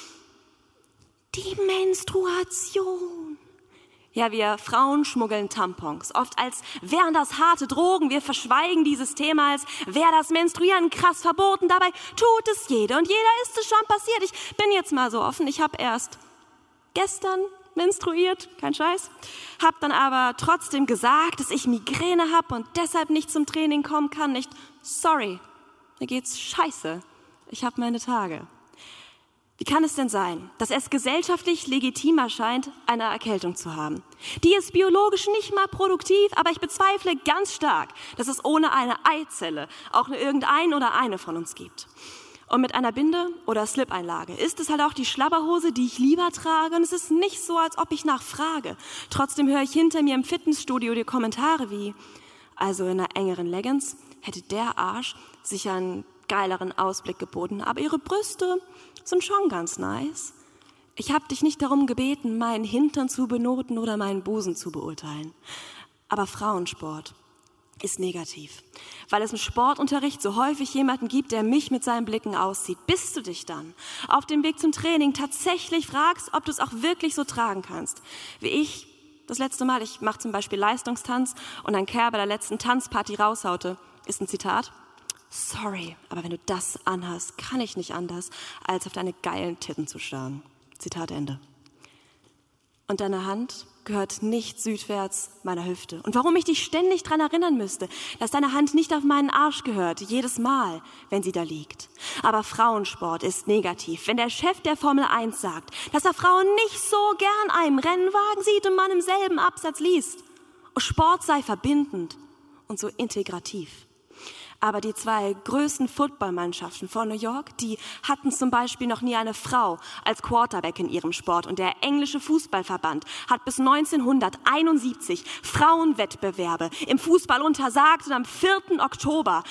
Die Menstruation. Ja, wir Frauen schmuggeln Tampons, oft als wären das harte Drogen. Wir verschweigen dieses Thema, als wäre das Menstruieren krass verboten. Dabei tut es jede und jeder ist es schon passiert. Ich bin jetzt mal so offen, ich habe erst gestern menstruiert, kein Scheiß, habe dann aber trotzdem gesagt, dass ich Migräne habe und deshalb nicht zum Training kommen kann. Nicht, sorry, mir geht's scheiße, ich habe meine Tage. Wie kann es denn sein, dass es gesellschaftlich legitimer scheint, eine Erkältung zu haben? Die ist biologisch nicht mal produktiv, aber ich bezweifle ganz stark, dass es ohne eine Eizelle auch nur irgendein oder eine von uns gibt. Und mit einer Binde oder Slip-Einlage ist es halt auch die Schlabberhose, die ich lieber trage. Und es ist nicht so, als ob ich nachfrage. Trotzdem höre ich hinter mir im Fitnessstudio die Kommentare wie, also in einer engeren Leggings hätte der Arsch sicher einen geileren Ausblick geboten, aber ihre Brüste sind schon ganz nice. Ich habe dich nicht darum gebeten, meinen Hintern zu benoten oder meinen Busen zu beurteilen. Aber Frauensport ist negativ, weil es im Sportunterricht so häufig jemanden gibt, der mich mit seinen Blicken auszieht. Bis du dich dann auf dem Weg zum Training tatsächlich fragst, ob du es auch wirklich so tragen kannst. Wie ich das letzte Mal, ich mache zum Beispiel Leistungstanz und ein Kerl bei der letzten Tanzparty raushaute, ist ein Zitat. Sorry, aber wenn du das anhast, kann ich nicht anders, als auf deine geilen Titten zu starren. Zitat Ende. Und deine Hand gehört nicht südwärts meiner Hüfte. Und warum ich dich ständig daran erinnern müsste, dass deine Hand nicht auf meinen Arsch gehört, jedes Mal, wenn sie da liegt. Aber Frauensport ist negativ. Wenn der Chef der Formel eins sagt, dass er Frauen nicht so gern einem Rennwagen sieht und man im selben Absatz liest, Sport sei verbindend und so integrativ. Aber die zwei größten Footballmannschaften von New York, die hatten zum Beispiel noch nie eine Frau als Quarterback in ihrem Sport. Und der englische Fußballverband hat bis neunzehnhunderteinundsiebzig Frauenwettbewerbe im Fußball untersagt. Und am vierten Oktober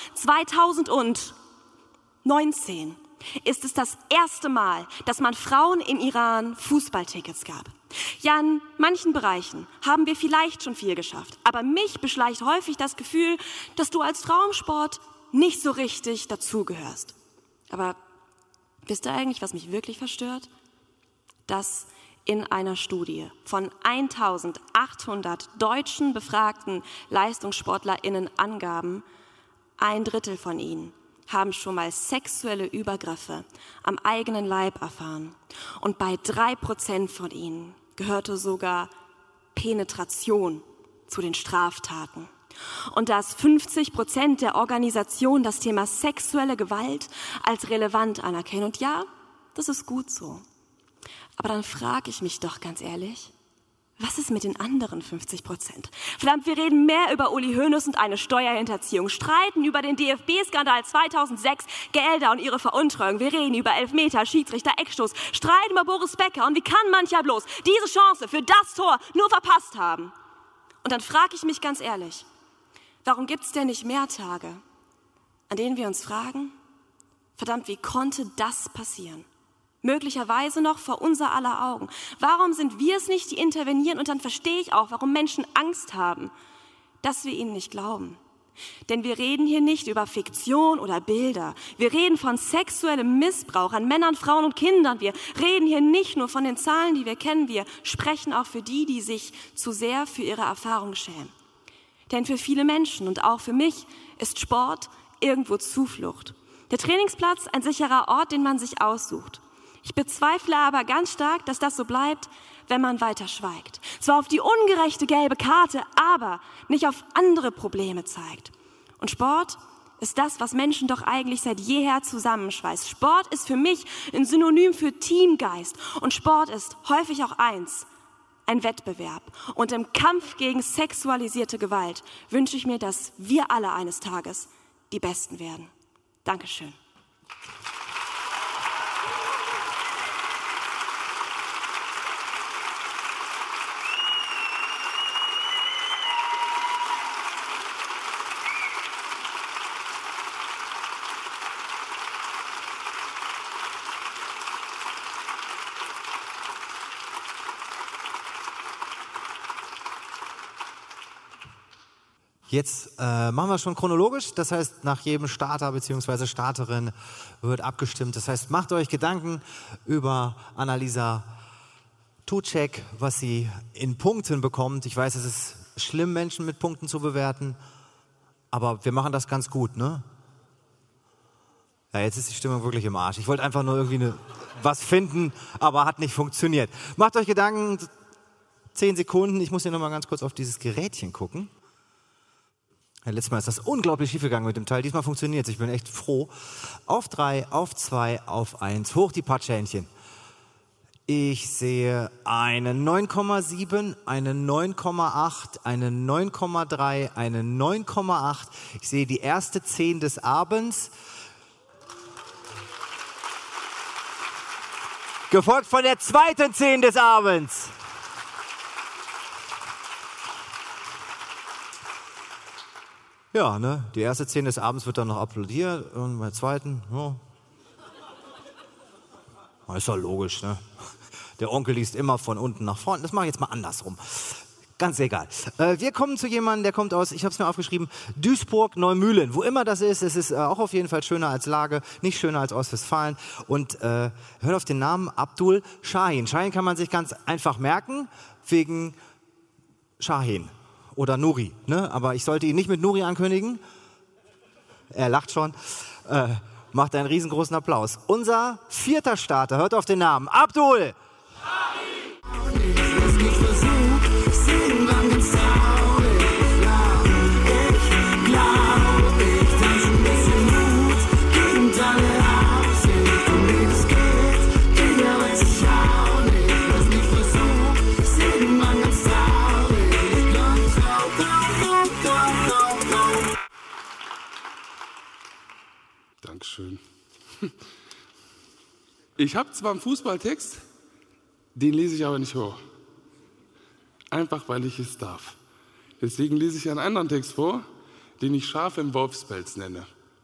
zweitausendneunzehn ist es das erste Mal, dass man Frauen im Iran Fußballtickets gab. Ja, in manchen Bereichen haben wir vielleicht schon viel geschafft, aber mich beschleicht häufig das Gefühl, dass du als Frau im Sport nicht so richtig dazugehörst. Aber wisst ihr eigentlich, was mich wirklich verstört? Dass in einer Studie von eintausendachthundert deutschen befragten LeistungssportlerInnen angaben, ein Drittel von ihnen haben schon mal sexuelle Übergriffe am eigenen Leib erfahren. Und bei drei Prozent von ihnen gehörte sogar Penetration zu den Straftaten. Und dass fünfzig Prozent der Organisationen das Thema sexuelle Gewalt als relevant anerkennen. Und ja, das ist gut so. Aber dann frage ich mich doch ganz ehrlich, was ist mit den anderen fünfzig Prozent? Verdammt, wir reden mehr über Uli Hoeneß und eine Steuerhinterziehung, streiten über den D F B-Skandal zweitausendsechs, Gelder und ihre Veruntreuung. Wir reden über Elfmeter, Schiedsrichter, Eckstoß, streiten über Boris Becker. Und wie kann mancher bloß diese Chance für das Tor nur verpasst haben? Und dann frage ich mich ganz ehrlich, warum gibt es denn nicht mehr Tage, an denen wir uns fragen, verdammt, wie konnte das passieren? Möglicherweise noch vor unser aller Augen. Warum sind wir es nicht, die intervenieren? Und dann verstehe ich auch, warum Menschen Angst haben, dass wir ihnen nicht glauben. Denn wir reden hier nicht über Fiktion oder Bilder. Wir reden von sexuellem Missbrauch an Männern, Frauen und Kindern. Wir reden hier nicht nur von den Zahlen, die wir kennen. Wir sprechen auch für die, die sich zu sehr für ihre Erfahrung schämen. Denn für viele Menschen und auch für mich ist Sport irgendwo Zuflucht. Der Trainingsplatz ein sicherer Ort, den man sich aussucht. Ich bezweifle aber ganz stark, dass das so bleibt, wenn man weiter schweigt. Zwar auf die ungerechte gelbe Karte, aber nicht auf andere Probleme zeigt. Und Sport ist das, was Menschen doch eigentlich seit jeher zusammenschweißt. Sport ist für mich ein Synonym für Teamgeist. Und Sport ist häufig auch eins, ein Wettbewerb. Und im Kampf gegen sexualisierte Gewalt wünsche ich mir, dass wir alle eines Tages die Besten werden. Dankeschön. Jetzt äh, machen wir schon chronologisch, das heißt, nach jedem Starter bzw. Starterin wird abgestimmt. Das heißt, macht euch Gedanken über Annalisa Tucek, was sie in Punkten bekommt. Ich weiß, es ist schlimm, Menschen mit Punkten zu bewerten, aber wir machen das ganz gut, ne? Ja, jetzt ist die Stimmung wirklich im Arsch. Ich wollte einfach nur irgendwie eine, was finden, aber hat nicht funktioniert. Macht euch Gedanken, zehn Sekunden. Ich muss hier nochmal ganz kurz auf dieses Gerätchen gucken. Ja, letztes Mal ist das unglaublich schief gegangen mit dem Teil. Diesmal funktioniert es. Ich bin echt froh. Auf drei, auf zwei, auf eins. Hoch die Patschhändchen. Ich sehe eine neun Komma sieben, eine neun Komma acht, eine neun Komma drei, eine neun Komma acht. Ich sehe die erste zehn des Abends. Gefolgt von der zweiten zehn des Abends. Ja, ne? Die erste zehn des Abends wird dann noch applaudiert und bei der zweiten, ja. Ist ja logisch, ne? Der Onkel liest immer von unten nach vorne. Das mache ich jetzt mal andersrum. Ganz egal. Äh, wir kommen zu jemandem, der kommt aus, ich habe es mir aufgeschrieben, Duisburg-Neumühlen. Wo immer das ist, es ist äh, auch auf jeden Fall schöner als Lage, nicht schöner als Ostwestfalen. Und äh, hört auf den Namen Abdul Shahin. Shahin kann man sich ganz einfach merken, wegen Shahin. Oder Nuri, ne? Aber ich sollte ihn nicht mit Nuri ankündigen. Er lacht schon. Äh, macht einen riesengroßen Applaus. Unser vierter Starter, hört auf den Namen. Abdul! Ich habe zwar einen Fußballtext, den lese ich aber nicht vor. Einfach, weil ich es darf. Deswegen lese ich einen anderen Text vor, den ich Schaf im Wolfspelz nenne.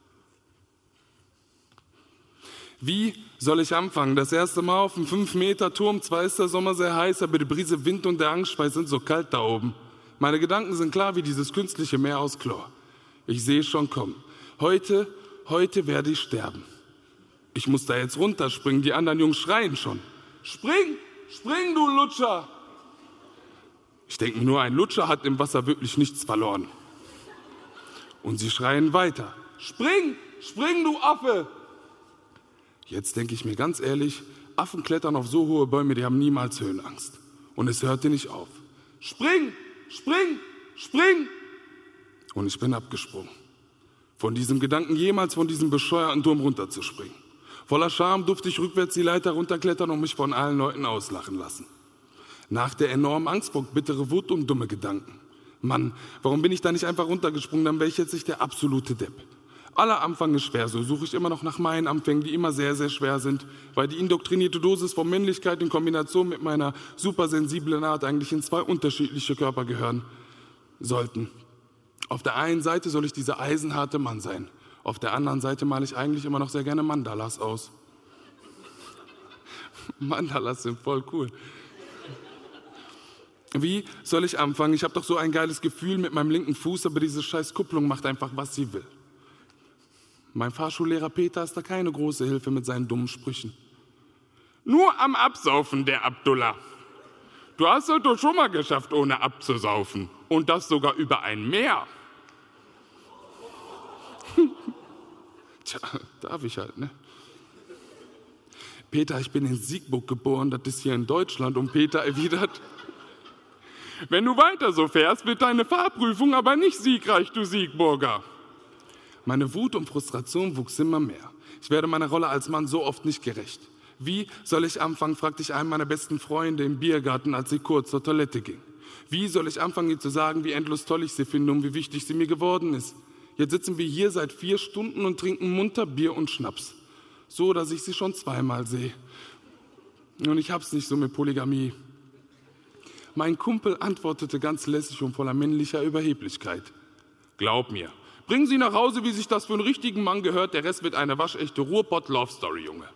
Wie soll ich anfangen? Das erste Mal auf dem fünf Meter Turm, zwar ist der Sommer sehr heiß, aber die Brise, Wind und der Angstschweiß sind so kalt da oben. Meine Gedanken sind klar wie dieses künstliche Meer aus Chlor. Ich sehe es schon kommen. Heute, heute werde ich sterben. Ich muss da jetzt runterspringen, die anderen Jungs schreien schon. Spring, spring, du Lutscher! Ich denke nur, ein Lutscher hat im Wasser wirklich nichts verloren. Und sie schreien weiter. Spring, spring, du Affe! Jetzt denke ich mir ganz ehrlich, Affen klettern auf so hohe Bäume, die haben niemals Höhenangst. Und es hörte nicht auf. Spring, spring, spring! Und ich bin abgesprungen. Von diesem Gedanken, jemals von diesem bescheuerten Turm runterzuspringen. Voller Scham durfte ich rückwärts die Leiter runterklettern und mich von allen Leuten auslachen lassen. Nach der enormen Angst folgt bittere Wut und dumme Gedanken. Mann, warum bin ich da nicht einfach runtergesprungen, dann wäre ich jetzt nicht der absolute Depp. Aller Anfang ist schwer, so suche ich immer noch nach meinen Anfängen, die immer sehr, sehr schwer sind, weil die indoktrinierte Dosis von Männlichkeit in Kombination mit meiner supersensiblen Art eigentlich in zwei unterschiedliche Körper gehören sollten. Auf der einen Seite soll ich dieser eisenharte Mann sein, auf der anderen Seite male ich eigentlich immer noch sehr gerne Mandalas aus. Mandalas sind voll cool. Wie soll ich anfangen? Ich habe doch so ein geiles Gefühl mit meinem linken Fuß, aber diese scheiß Kupplung macht einfach, was sie will. Mein Fahrschullehrer Peter ist da keine große Hilfe mit seinen dummen Sprüchen. Nur am Absaufen, der Abdullah. Du hast es doch schon mal geschafft, ohne abzusaufen. Und das sogar über ein Meer. Tja, darf ich halt, ne? Peter, ich bin in Siegburg geboren, das ist hier in Deutschland. Und Peter erwidert, wenn du weiter so fährst, wird deine Fahrprüfung aber nicht siegreich, du Siegburger. Meine Wut und Frustration wuchs immer mehr. Ich werde meiner Rolle als Mann so oft nicht gerecht. Wie soll ich anfangen, fragte ich einen meiner besten Freunde im Biergarten, als sie kurz zur Toilette ging. Wie soll ich anfangen, ihr zu sagen, wie endlos toll ich sie finde und wie wichtig sie mir geworden ist? Jetzt sitzen wir hier seit vier Stunden und trinken munter Bier und Schnaps. So, dass ich sie schon zweimal sehe. Und ich hab's nicht so mit Polygamie. Mein Kumpel antwortete ganz lässig und voller männlicher Überheblichkeit. Glaub mir, bringen Sie nach Hause, wie sich das für einen richtigen Mann gehört, der Rest wird eine waschechte Ruhrpott-Love-Story, Junge.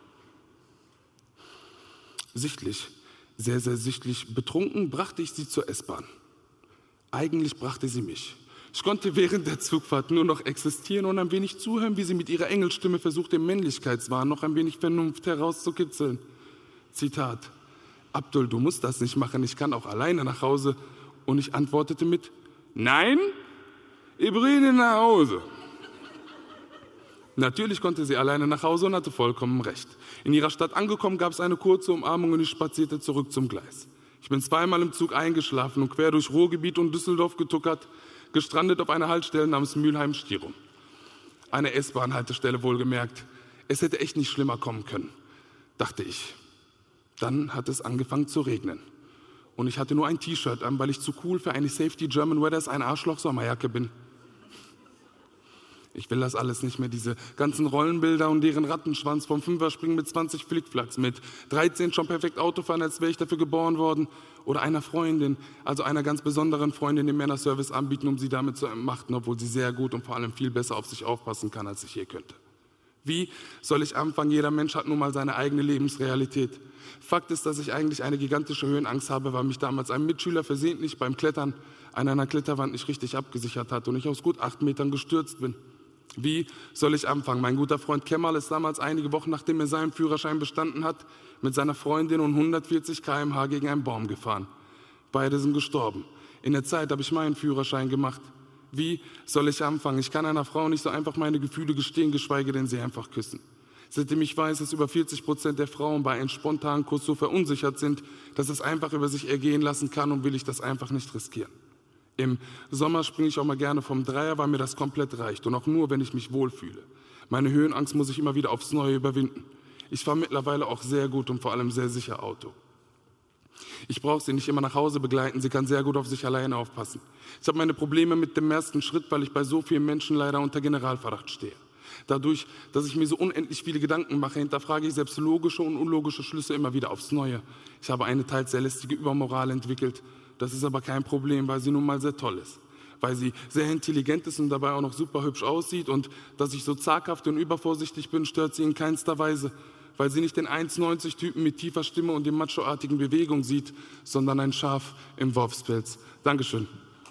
Sichtlich, sehr, sehr sichtlich betrunken, brachte ich sie zur S-Bahn. Eigentlich brachte sie mich. Ich konnte während der Zugfahrt nur noch existieren und ein wenig zuhören, wie sie mit ihrer Engelstimme versucht, im Männlichkeitswahn noch ein wenig Vernunft herauszukitzeln. Zitat: Abdul, du musst das nicht machen, ich kann auch alleine nach Hause. Und ich antwortete mit: Nein, ich bringe nach Hause. Natürlich konnte sie alleine nach Hause und hatte vollkommen recht. In ihrer Stadt angekommen, gab es eine kurze Umarmung und ich spazierte zurück zum Gleis. Ich bin zweimal im Zug eingeschlafen und quer durch Ruhrgebiet und Düsseldorf getuckert, gestrandet auf einer Haltestelle namens Mülheim-Stirum. Eine S-Bahn-Haltestelle wohlgemerkt. Es hätte echt nicht schlimmer kommen können, dachte ich. Dann hat es angefangen zu regnen. Und ich hatte nur ein T-Shirt an, weil ich zu cool für eine Safety German Weathers ein Arschloch-Sommerjacke bin. Ich will das alles nicht mehr, diese ganzen Rollenbilder und deren Rattenschwanz vom Fünferspringen mit zwanzig Flickflacks, mit dreizehn schon perfekt Autofahren, als wäre ich dafür geboren worden. Oder einer Freundin, also einer ganz besonderen Freundin, den Männerservice anbieten, um sie damit zu entmachten, obwohl sie sehr gut und vor allem viel besser auf sich aufpassen kann, als ich je könnte. Wie soll ich anfangen? Jeder Mensch hat nun mal seine eigene Lebensrealität. Fakt ist, dass ich eigentlich eine gigantische Höhenangst habe, weil mich damals ein Mitschüler versehentlich beim Klettern an einer Kletterwand nicht richtig abgesichert hat und ich aus gut acht Metern gestürzt bin. Wie soll ich anfangen? Mein guter Freund Kemal ist damals einige Wochen, nachdem er seinen Führerschein bestanden hat, mit seiner Freundin und hundertvierzig Kilometer pro Stunde gegen einen Baum gefahren. Beide sind gestorben. In der Zeit habe ich meinen Führerschein gemacht. Wie soll ich anfangen? Ich kann einer Frau nicht so einfach meine Gefühle gestehen, geschweige denn sie einfach küssen. Seitdem ich weiß, dass über vierzig Prozent der Frauen bei einem spontanen Kuss so verunsichert sind, dass es einfach über sich ergehen lassen kann und will ich das einfach nicht riskieren. Im Sommer springe ich auch mal gerne vom Dreier, weil mir das komplett reicht und auch nur, wenn ich mich wohlfühle. Meine Höhenangst muss ich immer wieder aufs Neue überwinden. Ich fahre mittlerweile auch sehr gut und vor allem sehr sicher Auto. Ich brauche sie nicht immer nach Hause begleiten, sie kann sehr gut auf sich alleine aufpassen. Ich habe meine Probleme mit dem ersten Schritt, weil ich bei so vielen Menschen leider unter Generalverdacht stehe. Dadurch, dass ich mir so unendlich viele Gedanken mache, hinterfrage ich selbst logische und unlogische Schlüsse immer wieder aufs Neue. Ich habe eine teils sehr lästige Übermoral entwickelt. Das ist aber kein Problem, weil sie nun mal sehr toll ist. Weil sie sehr intelligent ist und dabei auch noch super hübsch aussieht. Und dass ich so zaghaft und übervorsichtig bin, stört sie in keinster Weise. Weil sie nicht den eins neunzig Typen mit tiefer Stimme und den machoartigen Bewegungen sieht, sondern ein Schaf im Wolfspelz. Dankeschön.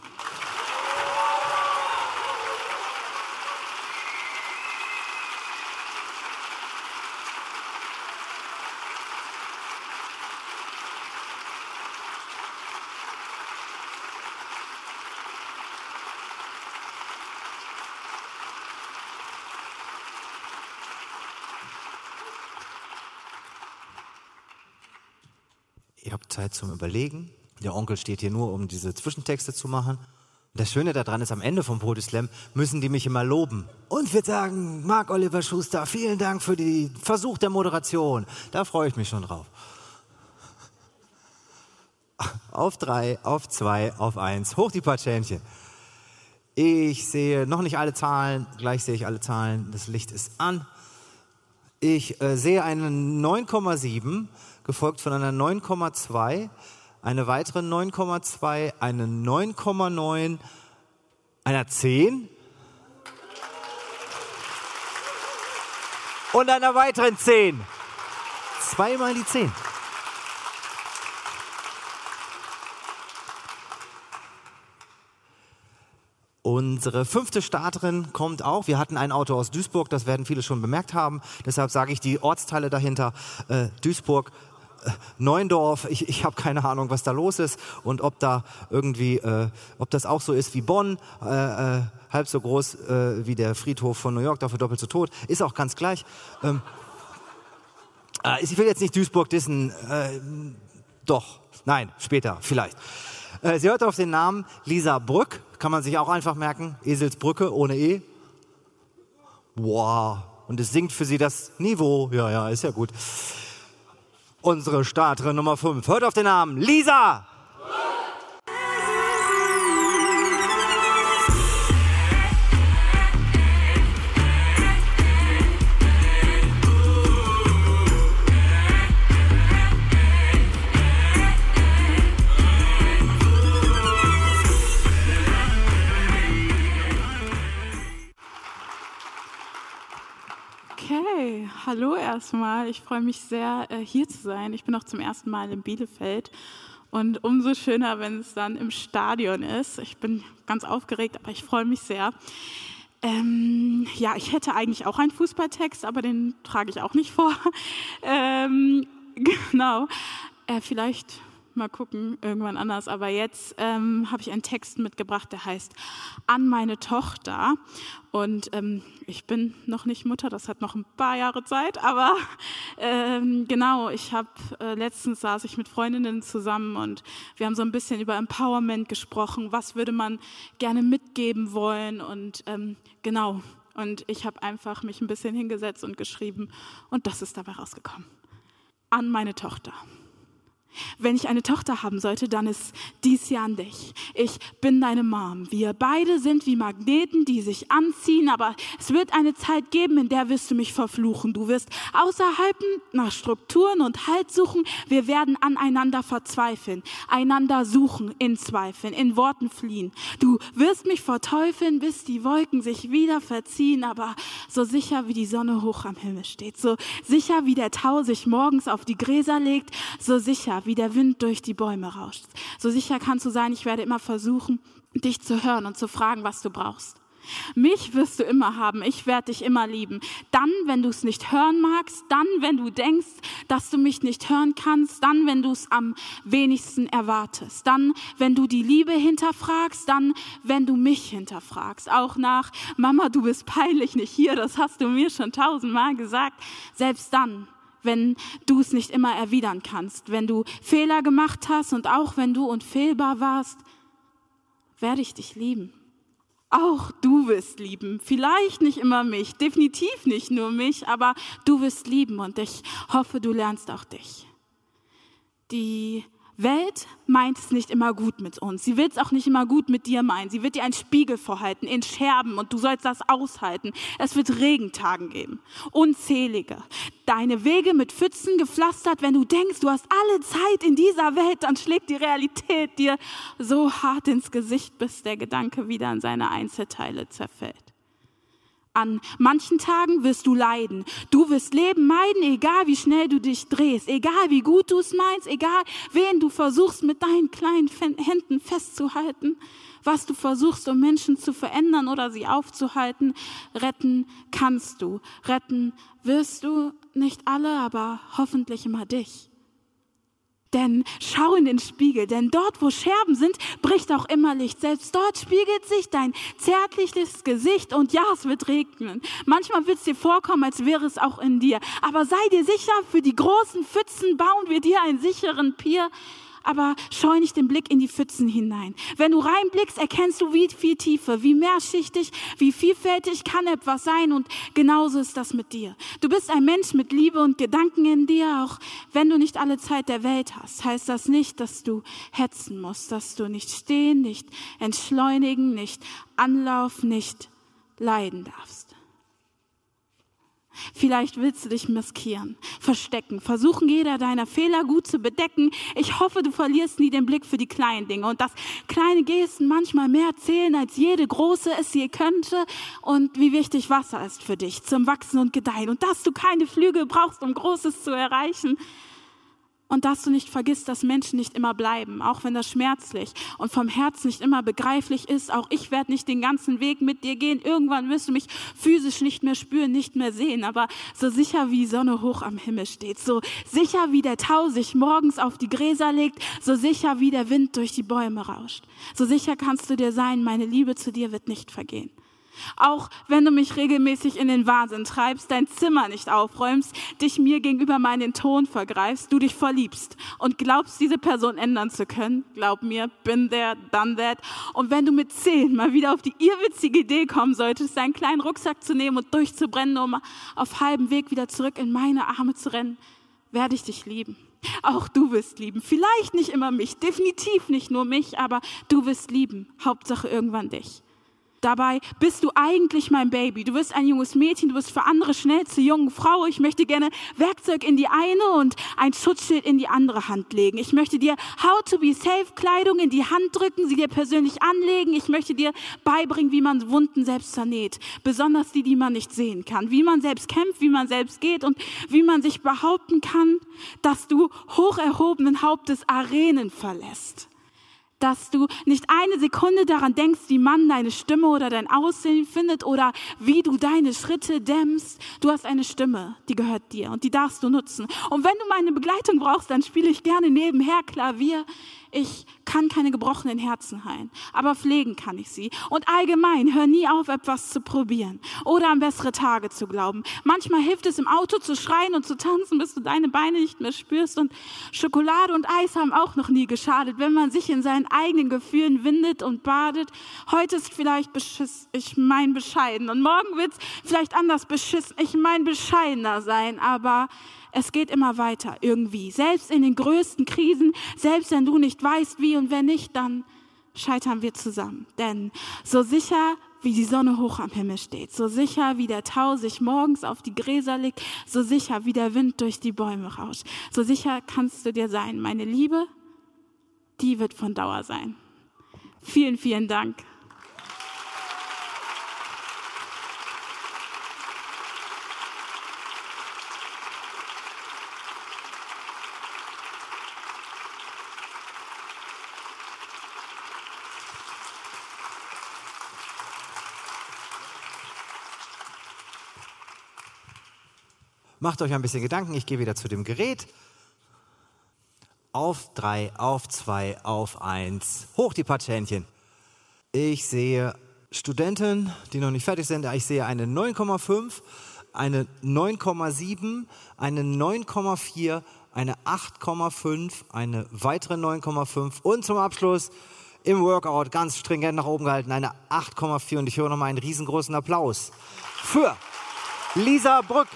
Ihr habt Zeit zum Überlegen. Der Onkel steht hier nur, um diese Zwischentexte zu machen. Und das Schöne daran ist, am Ende vom Poetry Slam müssen die mich immer loben. Und wir sagen, Marc Oliver Schuster, vielen Dank für den Versuch der Moderation. Da freue ich mich schon drauf. Auf drei, auf zwei, auf eins. Hoch die Patschähnchen. Ich sehe noch nicht alle Zahlen. Gleich sehe ich alle Zahlen. Das Licht ist an. Ich äh, sehe eine neun Komma sieben, gefolgt von einer neun Komma zwei, eine weitere neun Komma zwei, eine neun Komma neun, einer zehn und einer weiteren zehn. Zweimal die zehn. Unsere fünfte Starterin kommt auch. Wir hatten ein Auto aus Duisburg, das werden viele schon bemerkt haben. Deshalb sage ich die Ortsteile dahinter. Äh, Duisburg, äh, Neuendorf, ich, ich habe keine Ahnung, was da los ist. Und ob da irgendwie, äh, ob das auch so ist wie Bonn, äh, äh, halb so groß äh, wie der Friedhof von New York, dafür doppelt so tot, ist auch ganz gleich. Ähm, äh, ich will jetzt nicht Duisburg dissen, äh, doch, nein, später, vielleicht. Äh, sie hört auf den Namen Lisa Brück. Kann man sich auch einfach merken. Eselsbrücke ohne E. Wow. Und es sinkt für sie das Niveau. Ja, ja, ist ja gut. Unsere Starterin Nummer fünf. Hört auf den Namen Lisa. Okay, hallo erstmal. Ich freue mich sehr, hier zu sein. Ich bin auch zum ersten Mal in Bielefeld und umso schöner, wenn es dann im Stadion ist. Ich bin ganz aufgeregt, aber ich freue mich sehr. Ähm, ja, ich hätte eigentlich auch einen Fußballtext, aber den trage ich auch nicht vor. ähm, genau, äh, vielleicht mal gucken, irgendwann anders. Aber jetzt ähm, habe ich einen Text mitgebracht, der heißt An meine Tochter. Und ähm, ich bin noch nicht Mutter, das hat noch ein paar Jahre Zeit. Aber ähm, genau, ich habe äh, letztens saß ich mit Freundinnen zusammen und wir haben so ein bisschen über Empowerment gesprochen. Was würde man gerne mitgeben wollen? Und ähm, genau, und ich habe einfach mich ein bisschen hingesetzt und geschrieben. Und das ist dabei rausgekommen. An meine Tochter. Wenn ich eine Tochter haben sollte, dann ist dies hier an dich. Ich bin deine Mom. Wir beide sind wie Magneten, die sich anziehen, aber es wird eine Zeit geben, in der wirst du mich verfluchen. Du wirst außerhalb nach Strukturen und Halt suchen. Wir werden aneinander verzweifeln, einander suchen, in Zweifeln, in Worten fliehen. Du wirst mich verteufeln, bis die Wolken sich wieder verziehen, aber so sicher wie die Sonne hoch am Himmel steht, so sicher wie der Tau sich morgens auf die Gräser legt, so sicher wie der Wind durch die Bäume rauscht. So sicher kannst du sein, ich werde immer versuchen, dich zu hören und zu fragen, was du brauchst. Mich wirst du immer haben, ich werde dich immer lieben. Dann, wenn du es nicht hören magst, dann, wenn du denkst, dass du mich nicht hören kannst, dann, wenn du es am wenigsten erwartest, dann, wenn du die Liebe hinterfragst, dann, wenn du mich hinterfragst. Auch nach, Mama, du bist peinlich nicht hier, das hast du mir schon tausendmal gesagt. Selbst dann, wenn du es nicht immer erwidern kannst, wenn du Fehler gemacht hast und auch wenn du unfehlbar warst, werde ich dich lieben. Auch du wirst lieben. Vielleicht nicht immer mich, definitiv nicht nur mich, aber du wirst lieben und ich hoffe, du lernst auch dich. Die Welt meint es nicht immer gut mit uns. Sie will es auch nicht immer gut mit dir meinen. Sie wird dir einen Spiegel vorhalten in Scherben und du sollst das aushalten. Es wird Regentagen geben, unzählige. Deine Wege mit Pfützen gepflastert. Wenn du denkst, du hast alle Zeit in dieser Welt, dann schlägt die Realität dir so hart ins Gesicht, bis der Gedanke wieder in seine Einzelteile zerfällt. An manchen Tagen wirst du leiden. Du wirst Leben meiden, egal wie schnell du dich drehst, egal wie gut du es meinst, egal wen du versuchst mit deinen kleinen Händen festzuhalten, was du versuchst, um Menschen zu verändern oder sie aufzuhalten. Retten kannst du. Retten wirst du nicht alle, aber hoffentlich immer dich. Denn schau in den Spiegel, denn dort, wo Scherben sind, bricht auch immer Licht. Selbst dort spiegelt sich dein zärtliches Gesicht und ja, es wird regnen. Manchmal wird es dir vorkommen, als wäre es auch in dir. Aber sei dir sicher, für die großen Pfützen bauen wir dir einen sicheren Pier. Aber scheu nicht den Blick in die Pfützen hinein. Wenn du reinblickst, erkennst du, wie viel Tiefe, wie mehrschichtig, wie vielfältig kann etwas sein. Und genauso ist das mit dir. Du bist ein Mensch mit Liebe und Gedanken in dir. Auch wenn du nicht alle Zeit der Welt hast, heißt das nicht, dass du hetzen musst, dass du nicht stehen, nicht entschleunigen, nicht Anlauf, nicht leiden darfst. Vielleicht willst du dich maskieren, verstecken, versuchen, jeder deiner Fehler gut zu bedecken. Ich hoffe, du verlierst nie den Blick für die kleinen Dinge und dass kleine Gesten manchmal mehr zählen, als jede große es je könnte und wie wichtig Wasser ist für dich zum Wachsen und Gedeihen und dass du keine Flügel brauchst, um Großes zu erreichen. Und dass du nicht vergisst, dass Menschen nicht immer bleiben, auch wenn das schmerzlich und vom Herzen nicht immer begreiflich ist. Auch ich werde nicht den ganzen Weg mit dir gehen. Irgendwann wirst du mich physisch nicht mehr spüren, nicht mehr sehen. Aber so sicher wie die Sonne hoch am Himmel steht, so sicher wie der Tau sich morgens auf die Gräser legt, so sicher wie der Wind durch die Bäume rauscht. So sicher kannst du dir sein, meine Liebe zu dir wird nicht vergehen. Auch wenn du mich regelmäßig in den Wahnsinn treibst, dein Zimmer nicht aufräumst, dich mir gegenüber meinen Ton vergreifst, du dich verliebst und glaubst, diese Person ändern zu können, glaub mir, been there, done that. Und wenn du mit zehn mal wieder auf die irrwitzige Idee kommen solltest, deinen kleinen Rucksack zu nehmen und durchzubrennen, um auf halbem Weg wieder zurück in meine Arme zu rennen, werde ich dich lieben. Auch du wirst lieben. Vielleicht nicht immer mich, definitiv nicht nur mich, aber du wirst lieben. Hauptsache irgendwann dich. Dabei bist du eigentlich mein Baby. Du bist ein junges Mädchen, du bist für andere schnell zur jungen Frau. Ich möchte gerne Werkzeug in die eine und ein Schutzschild in die andere Hand legen. Ich möchte dir How to be safe Kleidung in die Hand drücken, sie dir persönlich anlegen. Ich möchte dir beibringen, wie man Wunden selbst vernäht. Besonders die, die man nicht sehen kann. Wie man selbst kämpft, wie man selbst geht und wie man sich behaupten kann, dass du hoch erhobenen Hauptes Arenen verlässt. Dass du nicht eine Sekunde daran denkst, wie man deine Stimme oder dein Aussehen findet oder wie du deine Schritte dämmst. Du hast eine Stimme, die gehört dir und die darfst du nutzen. Und wenn du meine Begleitung brauchst, dann spiele ich gerne nebenher Klavier. Ich kann keine gebrochenen Herzen heilen, aber pflegen kann ich sie. Und allgemein, hör nie auf, etwas zu probieren oder an bessere Tage zu glauben. Manchmal hilft es, im Auto zu schreien und zu tanzen, bis du deine Beine nicht mehr spürst. Und Schokolade und Eis haben auch noch nie geschadet, wenn man sich in seinen eigenen Gefühlen windet und badet. Heute ist vielleicht beschiss, ich mein bescheiden und morgen wird es vielleicht anders beschissen, ich mein bescheidener sein, aber es geht immer weiter irgendwie. Selbst in den größten Krisen, selbst wenn du nicht weißt, wie und wenn nicht, dann scheitern wir zusammen. Denn so sicher, wie die Sonne hoch am Himmel steht, so sicher, wie der Tau sich morgens auf die Gräser legt, so sicher, wie der Wind durch die Bäume rauscht, so sicher kannst du dir sein. Meine Liebe, die wird von Dauer sein. Vielen, vielen Dank. Macht euch ein bisschen Gedanken, ich gehe wieder zu dem Gerät. Auf drei, auf zwei, auf eins. Hoch die Patschhändchen. Ich sehe Studenten, die noch nicht fertig sind. Ich sehe eine neun Komma fünf, eine neun Komma sieben, eine neun Komma vier, eine acht Komma fünf, eine weitere neun Komma fünf und zum Abschluss im Workout ganz stringent nach oben gehalten eine acht Komma vier. Und ich höre nochmal einen riesengroßen Applaus für Lisa Brück.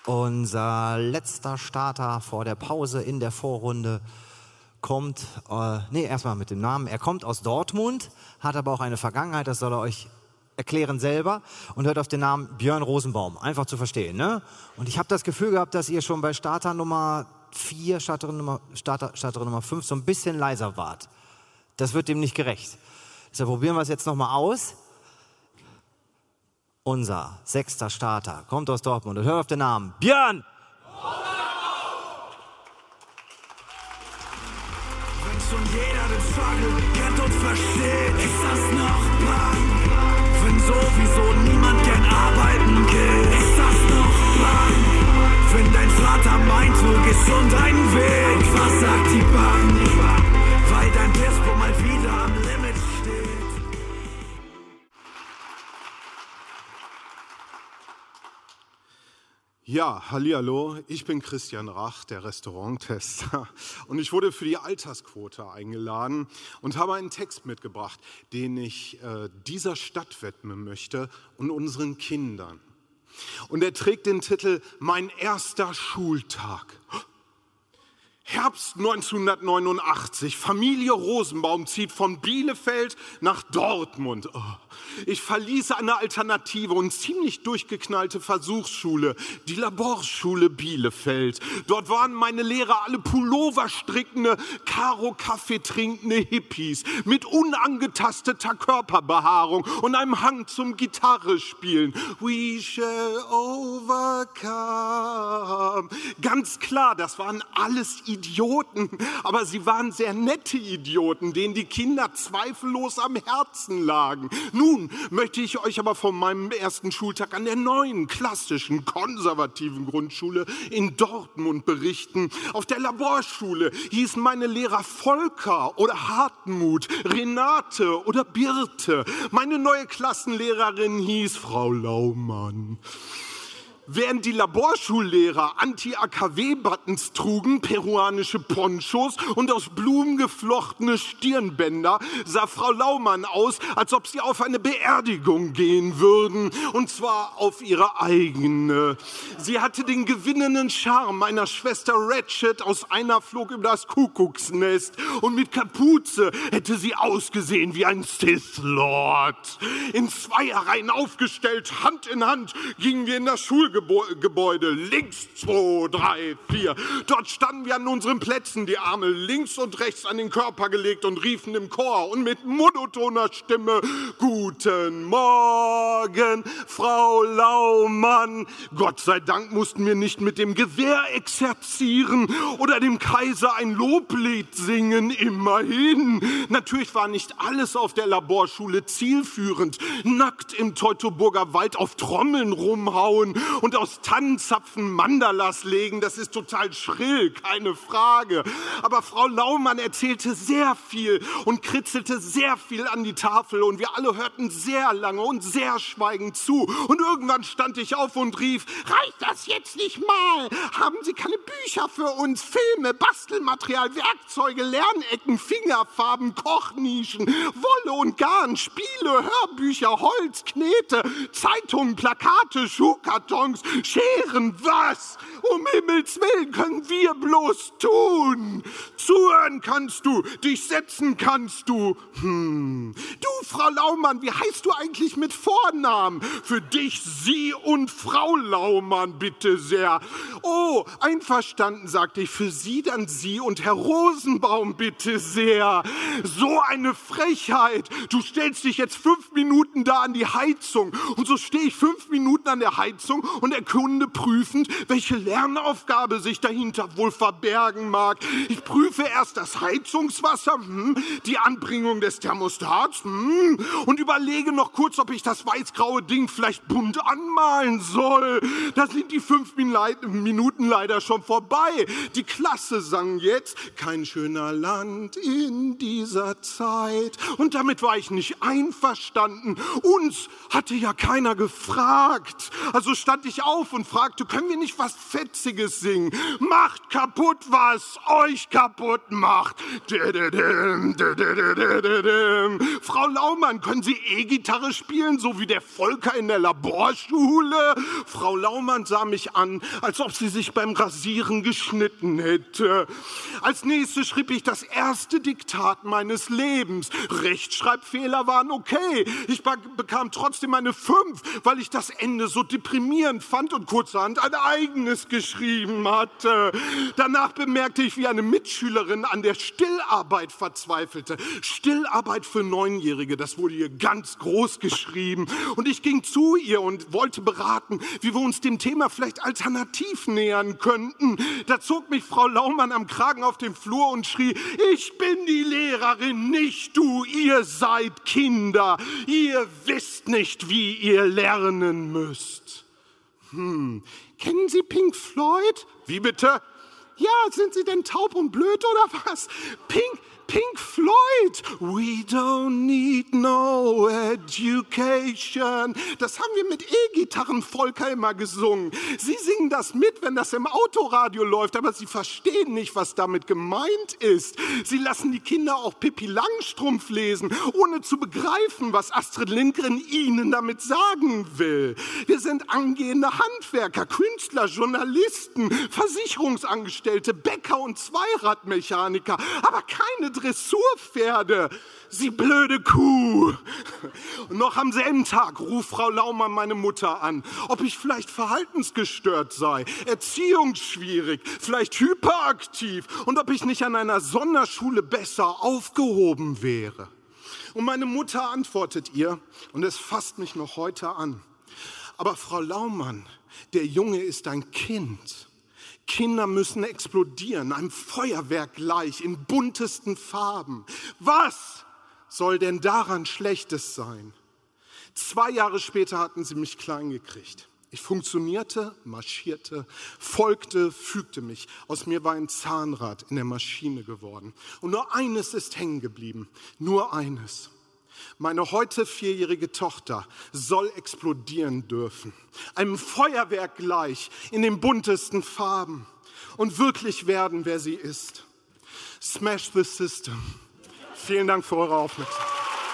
Unser letzter Starter vor der Pause in der Vorrunde kommt, äh, nee, erstmal mit dem Namen. Er kommt aus Dortmund, hat aber auch eine Vergangenheit, das soll er euch erklären selber und hört auf den Namen Björn Rosenbaum. Einfach zu verstehen, ne? Und ich habe das Gefühl gehabt, dass ihr schon bei Starter Nummer vier, Starterin Nummer, Starter, Starterin Nummer fünf so ein bisschen leiser wart. Das wird dem nicht gerecht. Deshalb probieren wir es jetzt nochmal aus. Unser sechster Starter kommt aus Dortmund und hört auf den Namen Björn! Wenn schon jeder den Struggle kennt und versteht, ist das noch blank. Wenn sowieso niemand gern arbeiten geht, ist das noch blank. Wenn dein Vater meint, du gehst schon deinen Weg, was sagt die Bank? Weil dein Tempo mal wieder am Limit steht. Ja, hallihallo, ich bin Christian Rach, der Restauranttester, und ich wurde für die Altersquote eingeladen und habe einen Text mitgebracht, den ich äh, dieser Stadt widmen möchte und unseren Kindern. Und er trägt den Titel Mein erster Schultag. Herbst neunzehnhundertneunundachtzig, Familie Rosenbaum zieht von Bielefeld nach Dortmund. Oh. Ich verließ eine alternative und ziemlich durchgeknallte Versuchsschule, die Laborschule Bielefeld. Dort waren meine Lehrer alle Pullover strickende, Karo-Kaffee trinkende Hippies mit unangetasteter Körperbehaarung und einem Hang zum Gitarrespielen. We shall overcome. Ganz klar, das waren alles Idioten, aber sie waren sehr nette Idioten, denen die Kinder zweifellos am Herzen lagen. Nun möchte ich euch aber von meinem ersten Schultag an der neuen, klassischen, konservativen Grundschule in Dortmund berichten. Auf der Laborschule hießen meine Lehrer Volker oder Hartmut, Renate oder Birte. Meine neue Klassenlehrerin hieß Frau Laumann. Während die Laborschullehrer Anti-A K W-Buttons trugen, peruanische Ponchos und aus Blumen geflochtene Stirnbänder, sah Frau Laumann aus, als ob sie auf eine Beerdigung gehen würden, und zwar auf ihre eigene. Sie hatte den gewinnenden Charme meiner Schwester Ratchet aus Einer flog über das Kuckucksnest, und mit Kapuze hätte sie ausgesehen wie ein Sith Lord. In Zweierreihen aufgestellt, Hand in Hand, gingen wir in das Schulgebäude. Gebäude. Links, zwei, drei, vier. Dort standen wir an unseren Plätzen, die Arme links und rechts an den Körper gelegt und riefen im Chor und mit monotoner Stimme: Guten Morgen, Frau Laumann. Gott sei Dank mussten wir nicht mit dem Gewehr exerzieren oder dem Kaiser ein Loblied singen. Immerhin. Natürlich war nicht alles auf der Laborschule zielführend. Nackt im Teutoburger Wald auf Trommeln rumhauen und aus Tannenzapfen Mandalas legen, das ist total schrill, keine Frage. Aber Frau Laumann erzählte sehr viel und kritzelte sehr viel an die Tafel, und wir alle hörten sehr lange und sehr schweigend zu. Und irgendwann stand ich auf und rief: Reicht das jetzt nicht mal? Haben Sie keine Bücher für uns? Filme, Bastelmaterial, Werkzeuge, Lernecken, Fingerfarben, Kochnischen, Wolle und Garn, Spiele, Hörbücher, Holz, Knete, Zeitungen, Plakate, Schuhkartons, Scheren, was? Um Himmels Willen können wir bloß tun? Zuhören kannst du, dich setzen kannst du. Hm. Du, Frau Laumann, wie heißt du eigentlich mit Vornamen? Für dich Sie und Frau Laumann, bitte sehr. Oh, einverstanden, sagte ich. Für Sie dann Sie und Herr Rosenbaum, bitte sehr. So eine Frechheit. Du stellst dich jetzt fünf Minuten da an die Heizung, und so stehe ich fünf Minuten an der Heizung und erkunde prüfend, welche Lernaufgabe sich dahinter wohl verbergen mag. Ich prüfe erst das Heizungswasser, hm, die Anbringung des Thermostats, hm, und überlege noch kurz, ob ich das weiß-graue Ding vielleicht bunt anmalen soll. Da sind die fünf Minuten leider schon vorbei. Die Klasse sang jetzt: Kein schöner Land in dieser Zeit. Und damit war ich nicht einverstanden. Uns hatte ja keiner gefragt. Also stand ich mich auf und fragte, können wir nicht was Fetziges singen? Macht kaputt, was euch kaputt macht. Frau Laumann, können Sie E-Gitarre spielen, so wie der Volker in der Laborschule? Frau Laumann sah mich an, als ob sie sich beim Rasieren geschnitten hätte. Als nächstes schrieb ich das erste Diktat meines Lebens. Rechtschreibfehler waren okay. Ich bekam trotzdem eine fünf, weil ich das Ende so deprimierend fand und kurzerhand ein eigenes geschrieben hatte. Danach bemerkte ich, wie eine Mitschülerin an der Stillarbeit verzweifelte. Stillarbeit für Neunjährige, das wurde hier ganz groß geschrieben. Und ich ging zu ihr und wollte beraten, wie wir uns dem Thema vielleicht alternativ nähern könnten. Da zog mich Frau Laumann am Kragen auf den Flur und schrie, ich bin die Lehrerin, nicht du, ihr seid Kinder. Ihr wisst nicht, wie ihr lernen müsst. Hm, kennen Sie Pink Floyd? Wie bitte? Ja, sind Sie denn taub und blöd oder was? Pink, Pink Floyd. We don't need no education. Das haben wir mit E-Gitarren-Volker immer gesungen. Sie singen das mit, wenn das im Autoradio läuft, aber Sie verstehen nicht, was damit gemeint ist. Sie lassen die Kinder auch Pippi Langstrumpf lesen, ohne zu begreifen, was Astrid Lindgren ihnen damit sagen will. Wir sind angehende Handwerker, Künstler, Journalisten, Versicherungsangestellte, Bäcker und Zweiradmechaniker, aber keine Dressurpferde, Sie blöde Kuh. Und noch am selben Tag ruft Frau Laumann meine Mutter an, ob ich vielleicht verhaltensgestört sei, erziehungsschwierig, vielleicht hyperaktiv und ob ich nicht an einer Sonderschule besser aufgehoben wäre. Und meine Mutter antwortet ihr, und es fasst mich noch heute an, aber Frau Laumann, der Junge ist ein Kind. Kinder müssen explodieren, einem Feuerwerk gleich, in buntesten Farben. Was soll denn daran Schlechtes sein? Zwei Jahre später hatten sie mich klein gekriegt. Ich funktionierte, marschierte, folgte, fügte mich. Aus mir war ein Zahnrad in der Maschine geworden. Und nur eines ist hängen geblieben, nur eines. Meine heute vierjährige Tochter soll explodieren dürfen. Einem Feuerwerk gleich, in den buntesten Farben. Und wirklich werden, wer sie ist. Smash the System. Vielen Dank für eure Aufmerksamkeit.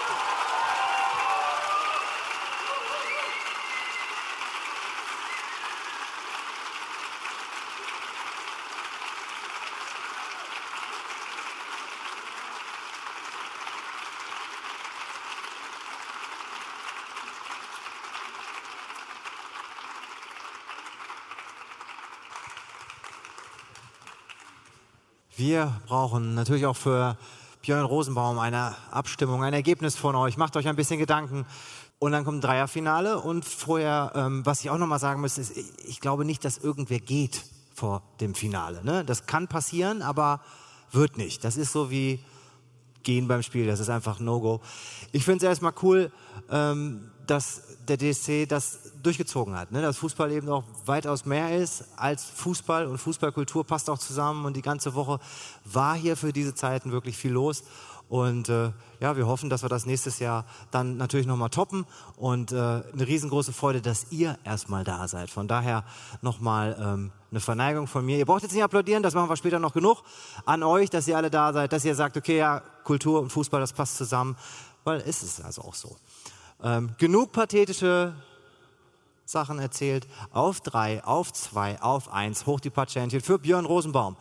Wir brauchen natürlich auch für Björn Rosenbaum eine Abstimmung, ein Ergebnis von euch. Macht euch ein bisschen Gedanken. Und dann kommt ein Dreierfinale. Und vorher, ähm, was ich auch noch mal sagen muss, ist, ich glaube nicht, dass irgendwer geht vor dem Finale. Ne? Das kann passieren, aber wird nicht. Das ist so wie gehen beim Spiel. Das ist einfach No-Go. Ich finde es erstmal cool, ähm, dass der D S C das durchgezogen hat, ne? Dass Fußball eben auch weitaus mehr ist als Fußball und Fußballkultur passt auch zusammen und die ganze Woche war hier für diese Zeiten wirklich viel los und äh, ja, wir hoffen, dass wir das nächstes Jahr dann natürlich nochmal toppen und äh, eine riesengroße Freude, dass ihr erstmal da seid. Von daher nochmal ähm, eine Verneigung von mir. Ihr braucht jetzt nicht applaudieren, das machen wir später noch genug. An euch, dass ihr alle da seid, dass ihr sagt, okay, ja, Kultur und Fußball, das passt zusammen, weil es ist also auch so. Ähm, genug pathetische Sachen erzählt. Auf drei, auf zwei, auf eins. Hoch die Patschhändchen für Björn Rosenbaum.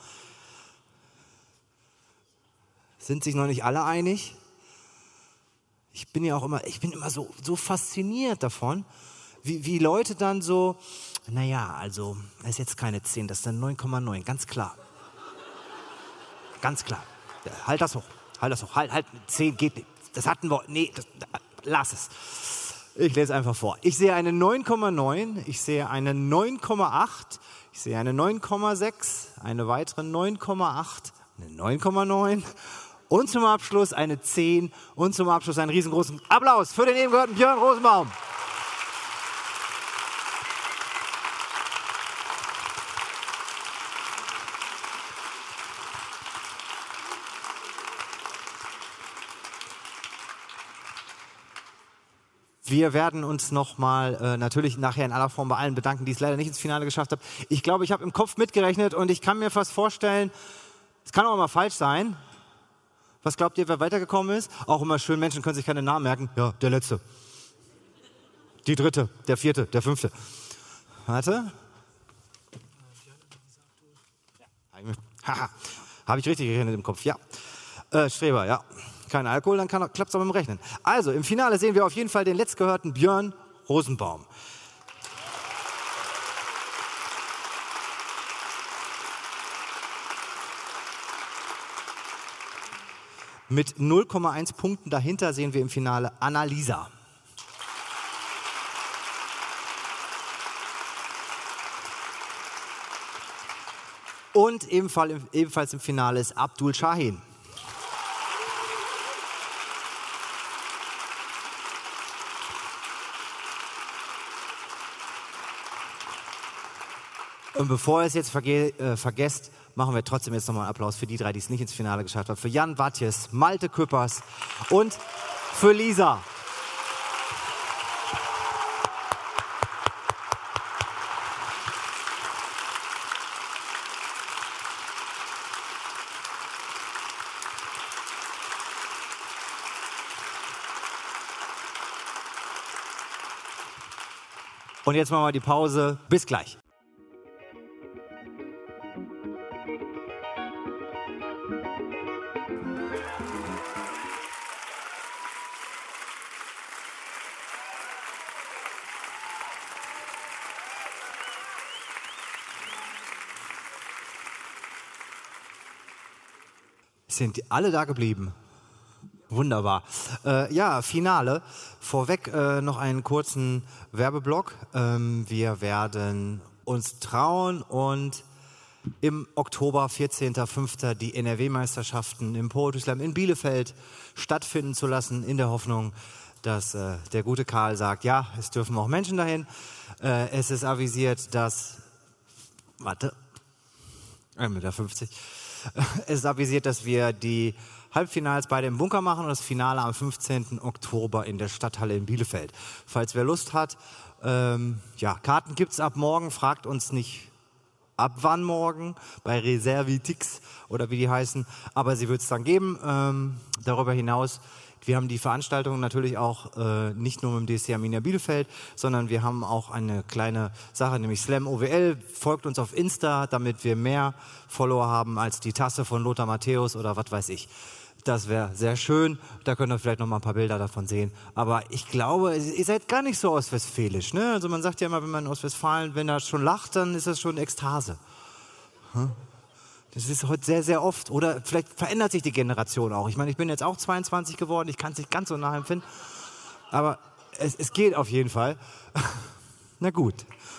Sind sich noch nicht alle einig? Ich bin ja auch immer, ich bin immer so, so fasziniert davon, wie, wie Leute dann so, naja, also, das ist jetzt keine zehn, das ist dann neun Komma neun, ganz klar. Ganz klar. Halt das hoch, halt das hoch, halt, halt, zehn geht nicht. Das hatten wir, nee, das, lass es. Ich lese einfach vor. Ich sehe eine neun Komma neun, ich sehe eine neun Komma acht, ich sehe eine neun Komma sechs, eine weitere neun Komma acht, eine neun Komma neun und zum Abschluss eine zehn und zum Abschluss einen riesengroßen Applaus für den eben gehörten Björn Rosenbaum. Wir werden uns nochmal äh, natürlich nachher in aller Form bei allen bedanken, die es leider nicht ins Finale geschafft haben. Ich glaube, ich habe im Kopf mitgerechnet und ich kann mir fast vorstellen, es kann auch mal falsch sein. Was glaubt ihr, wer weitergekommen ist? Auch immer schön, Menschen können sich keine Namen merken. Ja, der Letzte. Die Dritte, der Vierte, der Fünfte. Warte. Haha, habe ich richtig gerechnet im Kopf, ja. Äh, Streber, ja. Kein Alkohol, dann klappt es aber mit dem Rechnen. Also, im Finale sehen wir auf jeden Fall den letztgehörten Björn Rosenbaum. Mit null Komma eins Punkten dahinter sehen wir im Finale Annalisa. Und ebenfalls im Finale ist Abdul Shahin. Und bevor ihr es jetzt verge äh, vergesst, machen wir trotzdem jetzt nochmal einen Applaus für die drei, die es nicht ins Finale geschafft haben. Für Jan Watjes, Malte Küppers und für Lisa. Und jetzt machen wir die Pause. Bis gleich. Sind die alle da geblieben? Wunderbar. Äh, ja, Finale. Vorweg äh, noch einen kurzen Werbeblock. Ähm, wir werden uns trauen und im Oktober, vierzehnten fünften die N R W-Meisterschaften im Poetry Slam in Bielefeld stattfinden zu lassen, in der Hoffnung, dass äh, der gute Karl sagt, ja, es dürfen auch Menschen dahin. Äh, es ist avisiert, dass, warte, ein Meter fünfzig. Es ist avisiert, dass wir die Halbfinals beide im Bunker machen und das Finale am fünfzehnten Oktober in der Stadthalle in Bielefeld. Falls wer Lust hat, ähm, ja, Karten gibt's ab morgen, fragt uns nicht ab wann morgen, bei Reservitix oder wie die heißen, aber sie wird es dann geben. Ähm, darüber hinaus, wir haben die Veranstaltung natürlich auch äh, nicht nur mit dem D S C Arminia Bielefeld, sondern wir haben auch eine kleine Sache, nämlich Slam O W L. Folgt uns auf Insta, damit wir mehr Follower haben als die Tasse von Lothar Matthäus oder was weiß ich. Das wäre sehr schön. Da könnt ihr vielleicht noch mal ein paar Bilder davon sehen. Aber ich glaube, ihr seid gar nicht so ostwestfälisch. Ne? Also man sagt ja immer, wenn man in Ostwestfalen, wenn er schon lacht, dann ist das schon Ekstase. Hm? Das ist heute sehr, sehr oft. Oder vielleicht verändert sich die Generation auch. Ich meine, ich bin jetzt auch zweiundzwanzig geworden. Ich kann es nicht ganz so nachempfinden. Aber es, es geht auf jeden Fall. Na gut.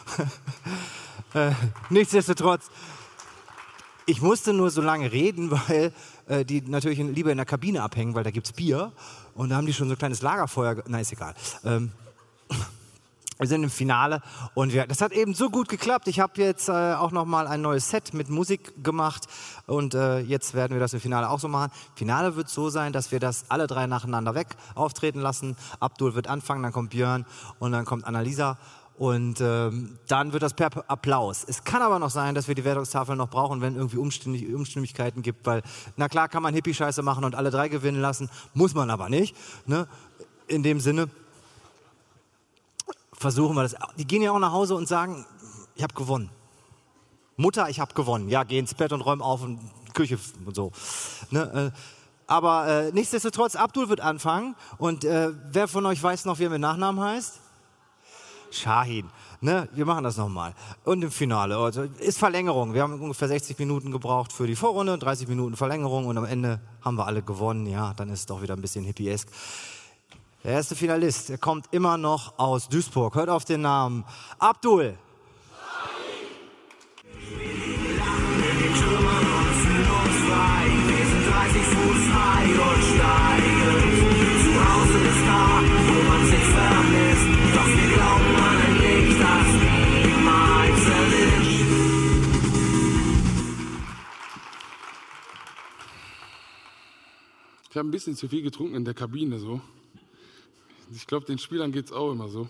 äh, nichtsdestotrotz, ich musste nur so lange reden, weil äh, die natürlich lieber in der Kabine abhängen, weil da gibt es Bier. Und da haben die schon so ein kleines Lagerfeuer. Na, ist egal. Ähm, wir sind im Finale und wir, das hat eben so gut geklappt. Ich habe jetzt äh, auch noch mal ein neues Set mit Musik gemacht und äh, jetzt werden wir das im Finale auch so machen. Finale wird so sein, dass wir das alle drei nacheinander weg auftreten lassen. Abdul wird anfangen, dann kommt Björn und dann kommt Annalisa. Und ähm, dann wird das per Applaus. Es kann aber noch sein, dass wir die Wertungstafel noch brauchen, wenn irgendwie Umstimmig Umstimmigkeiten gibt, weil, na klar, kann man Hippie-Scheiße machen und alle drei gewinnen lassen, muss man aber nicht. Ne? In dem Sinne versuchen wir das. Die gehen ja auch nach Hause und sagen, ich habe gewonnen. Mutter, ich habe gewonnen. Ja, geh ins Bett und räum auf und Küche und so. Ne? Äh, aber äh, nichtsdestotrotz, Abdul wird anfangen. Und äh, wer von euch weiß noch, wie er mit Nachnamen heißt? Shahin. Ne? Wir machen das nochmal. Und im Finale. Also ist Verlängerung. Wir haben ungefähr sechzig Minuten gebraucht für die Vorrunde, dreißig Minuten Verlängerung und am Ende haben wir alle gewonnen. Ja, dann ist es doch wieder ein bisschen hippiesk. Der erste Finalist, der kommt immer noch aus Duisburg. Hört auf den Namen. Abdul. Ich habe ein bisschen zu viel getrunken in der Kabine so. Ich glaube, den Spielern geht es auch immer so.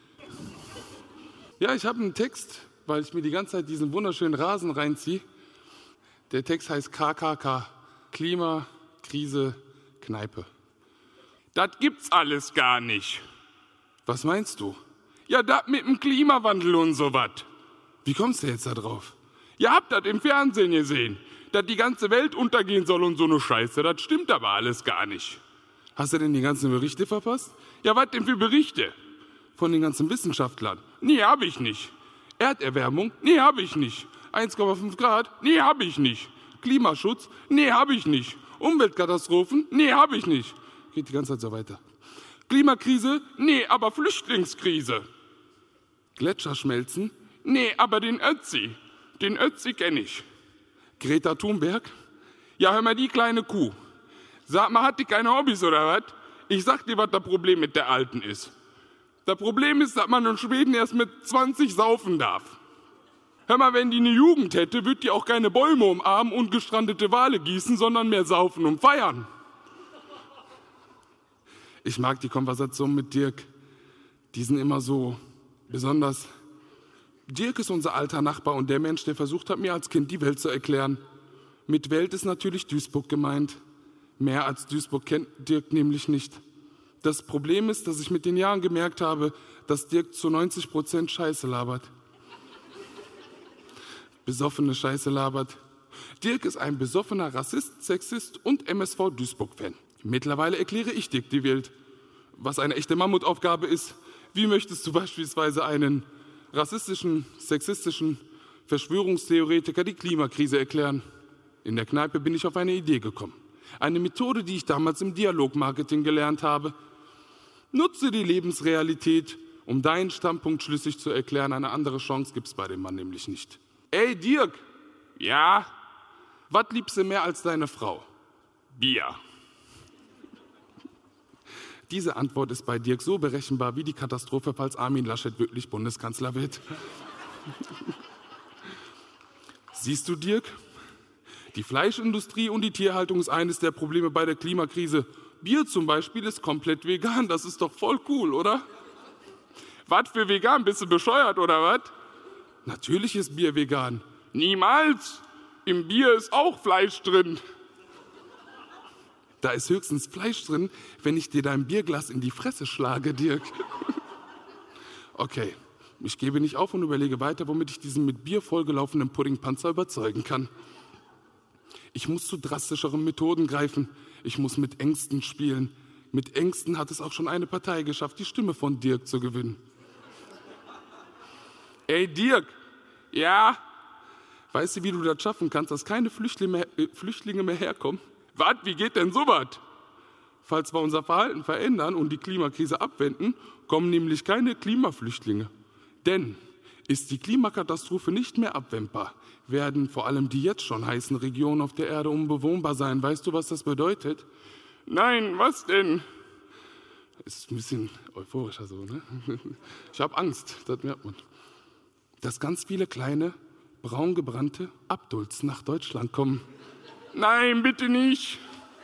Ja, ich habe einen Text, weil ich mir die ganze Zeit diesen wunderschönen Rasen reinziehe. Der Text heißt K K K, Klima, Krise, Kneipe. Das gibt's alles gar nicht. Was meinst du? Ja, das mit dem Klimawandel und so was. Wie kommst du jetzt da drauf? Ihr habt das im Fernsehen gesehen, dass die ganze Welt untergehen soll und so eine Scheiße. Das stimmt aber alles gar nicht. Hast du denn die ganzen Berichte verpasst? Ja, was denn für Berichte? Von den ganzen Wissenschaftlern? Nee, hab ich nicht. Erderwärmung? Nee, hab ich nicht. eins Komma fünf Grad? Nee, hab ich nicht. Klimaschutz? Nee, hab ich nicht. Umweltkatastrophen? Nee, hab ich nicht. Geht die ganze Zeit so weiter. Klimakrise? Nee, aber Flüchtlingskrise. Gletscherschmelzen? Nee, aber den Ötzi. Den Ötzi kenne ich. Greta Thunberg? Ja, hör mal, die kleine Kuh. Sag mal, hat die keine Hobbys oder was? Ich sag dir, was das Problem mit der Alten ist. Das Problem ist, dass man in Schweden erst mit zwanzig saufen darf. Hör mal, wenn die eine Jugend hätte, würde die auch keine Bäume umarmen und gestrandete Wale gießen, sondern mehr saufen und feiern. Ich mag die Konversation mit Dirk. Die sind immer so besonders. Dirk ist unser alter Nachbar und der Mensch, der versucht hat, mir als Kind die Welt zu erklären. Mit Welt ist natürlich Duisburg gemeint. Mehr als Duisburg kennt Dirk nämlich nicht. Das Problem ist, dass ich mit den Jahren gemerkt habe, dass Dirk zu neunzig Prozent Scheiße labert. Besoffene Scheiße labert. Dirk ist ein besoffener Rassist, Sexist und M S V Duisburg-Fan. Mittlerweile erkläre ich Dirk die Welt. Was eine echte Mammutaufgabe ist, wie möchtest du beispielsweise einen rassistischen, sexistischen Verschwörungstheoretiker die Klimakrise erklären? In der Kneipe bin ich auf eine Idee gekommen. Eine Methode, die ich damals im Dialogmarketing gelernt habe. Nutze die Lebensrealität, um deinen Standpunkt schlüssig zu erklären. Eine andere Chance gibt es bei dem Mann nämlich nicht. Ey, Dirk! Ja? Was liebst du mehr als deine Frau? Bier. Diese Antwort ist bei Dirk so berechenbar wie die Katastrophe, falls Armin Laschet wirklich Bundeskanzler wird. Siehst du, Dirk? Die Fleischindustrie und die Tierhaltung ist eines der Probleme bei der Klimakrise. Bier zum Beispiel ist komplett vegan, das ist doch voll cool, oder? Was für vegan? Bist du bescheuert, oder was? Natürlich ist Bier vegan. Niemals! Im Bier ist auch Fleisch drin. Da ist höchstens Fleisch drin, wenn ich dir dein Bierglas in die Fresse schlage, Dirk. Okay, ich gebe nicht auf und überlege weiter, womit ich diesen mit Bier vollgelaufenen Puddingpanzer überzeugen kann. Ich muss zu drastischeren Methoden greifen. Ich muss mit Ängsten spielen. Mit Ängsten hat es auch schon eine Partei geschafft, die Stimme von Dirk zu gewinnen. Ey, Dirk! Ja? Weißt du, wie du das schaffen kannst, dass keine Flüchtlinge mehr, äh, Flüchtlinge mehr herkommen? Was? Wie geht denn sowas? Falls wir unser Verhalten verändern und die Klimakrise abwenden, kommen nämlich keine Klimaflüchtlinge. Denn ist die Klimakatastrophe nicht mehr abwendbar, werden vor allem die jetzt schon heißen Regionen auf der Erde unbewohnbar sein. Weißt du, was das bedeutet? Nein, was denn? Ist ein bisschen euphorischer so, ne? Ich habe Angst, das merkt man. Dass ganz viele kleine, braun gebrannte Abdults nach Deutschland kommen. Nein, bitte nicht.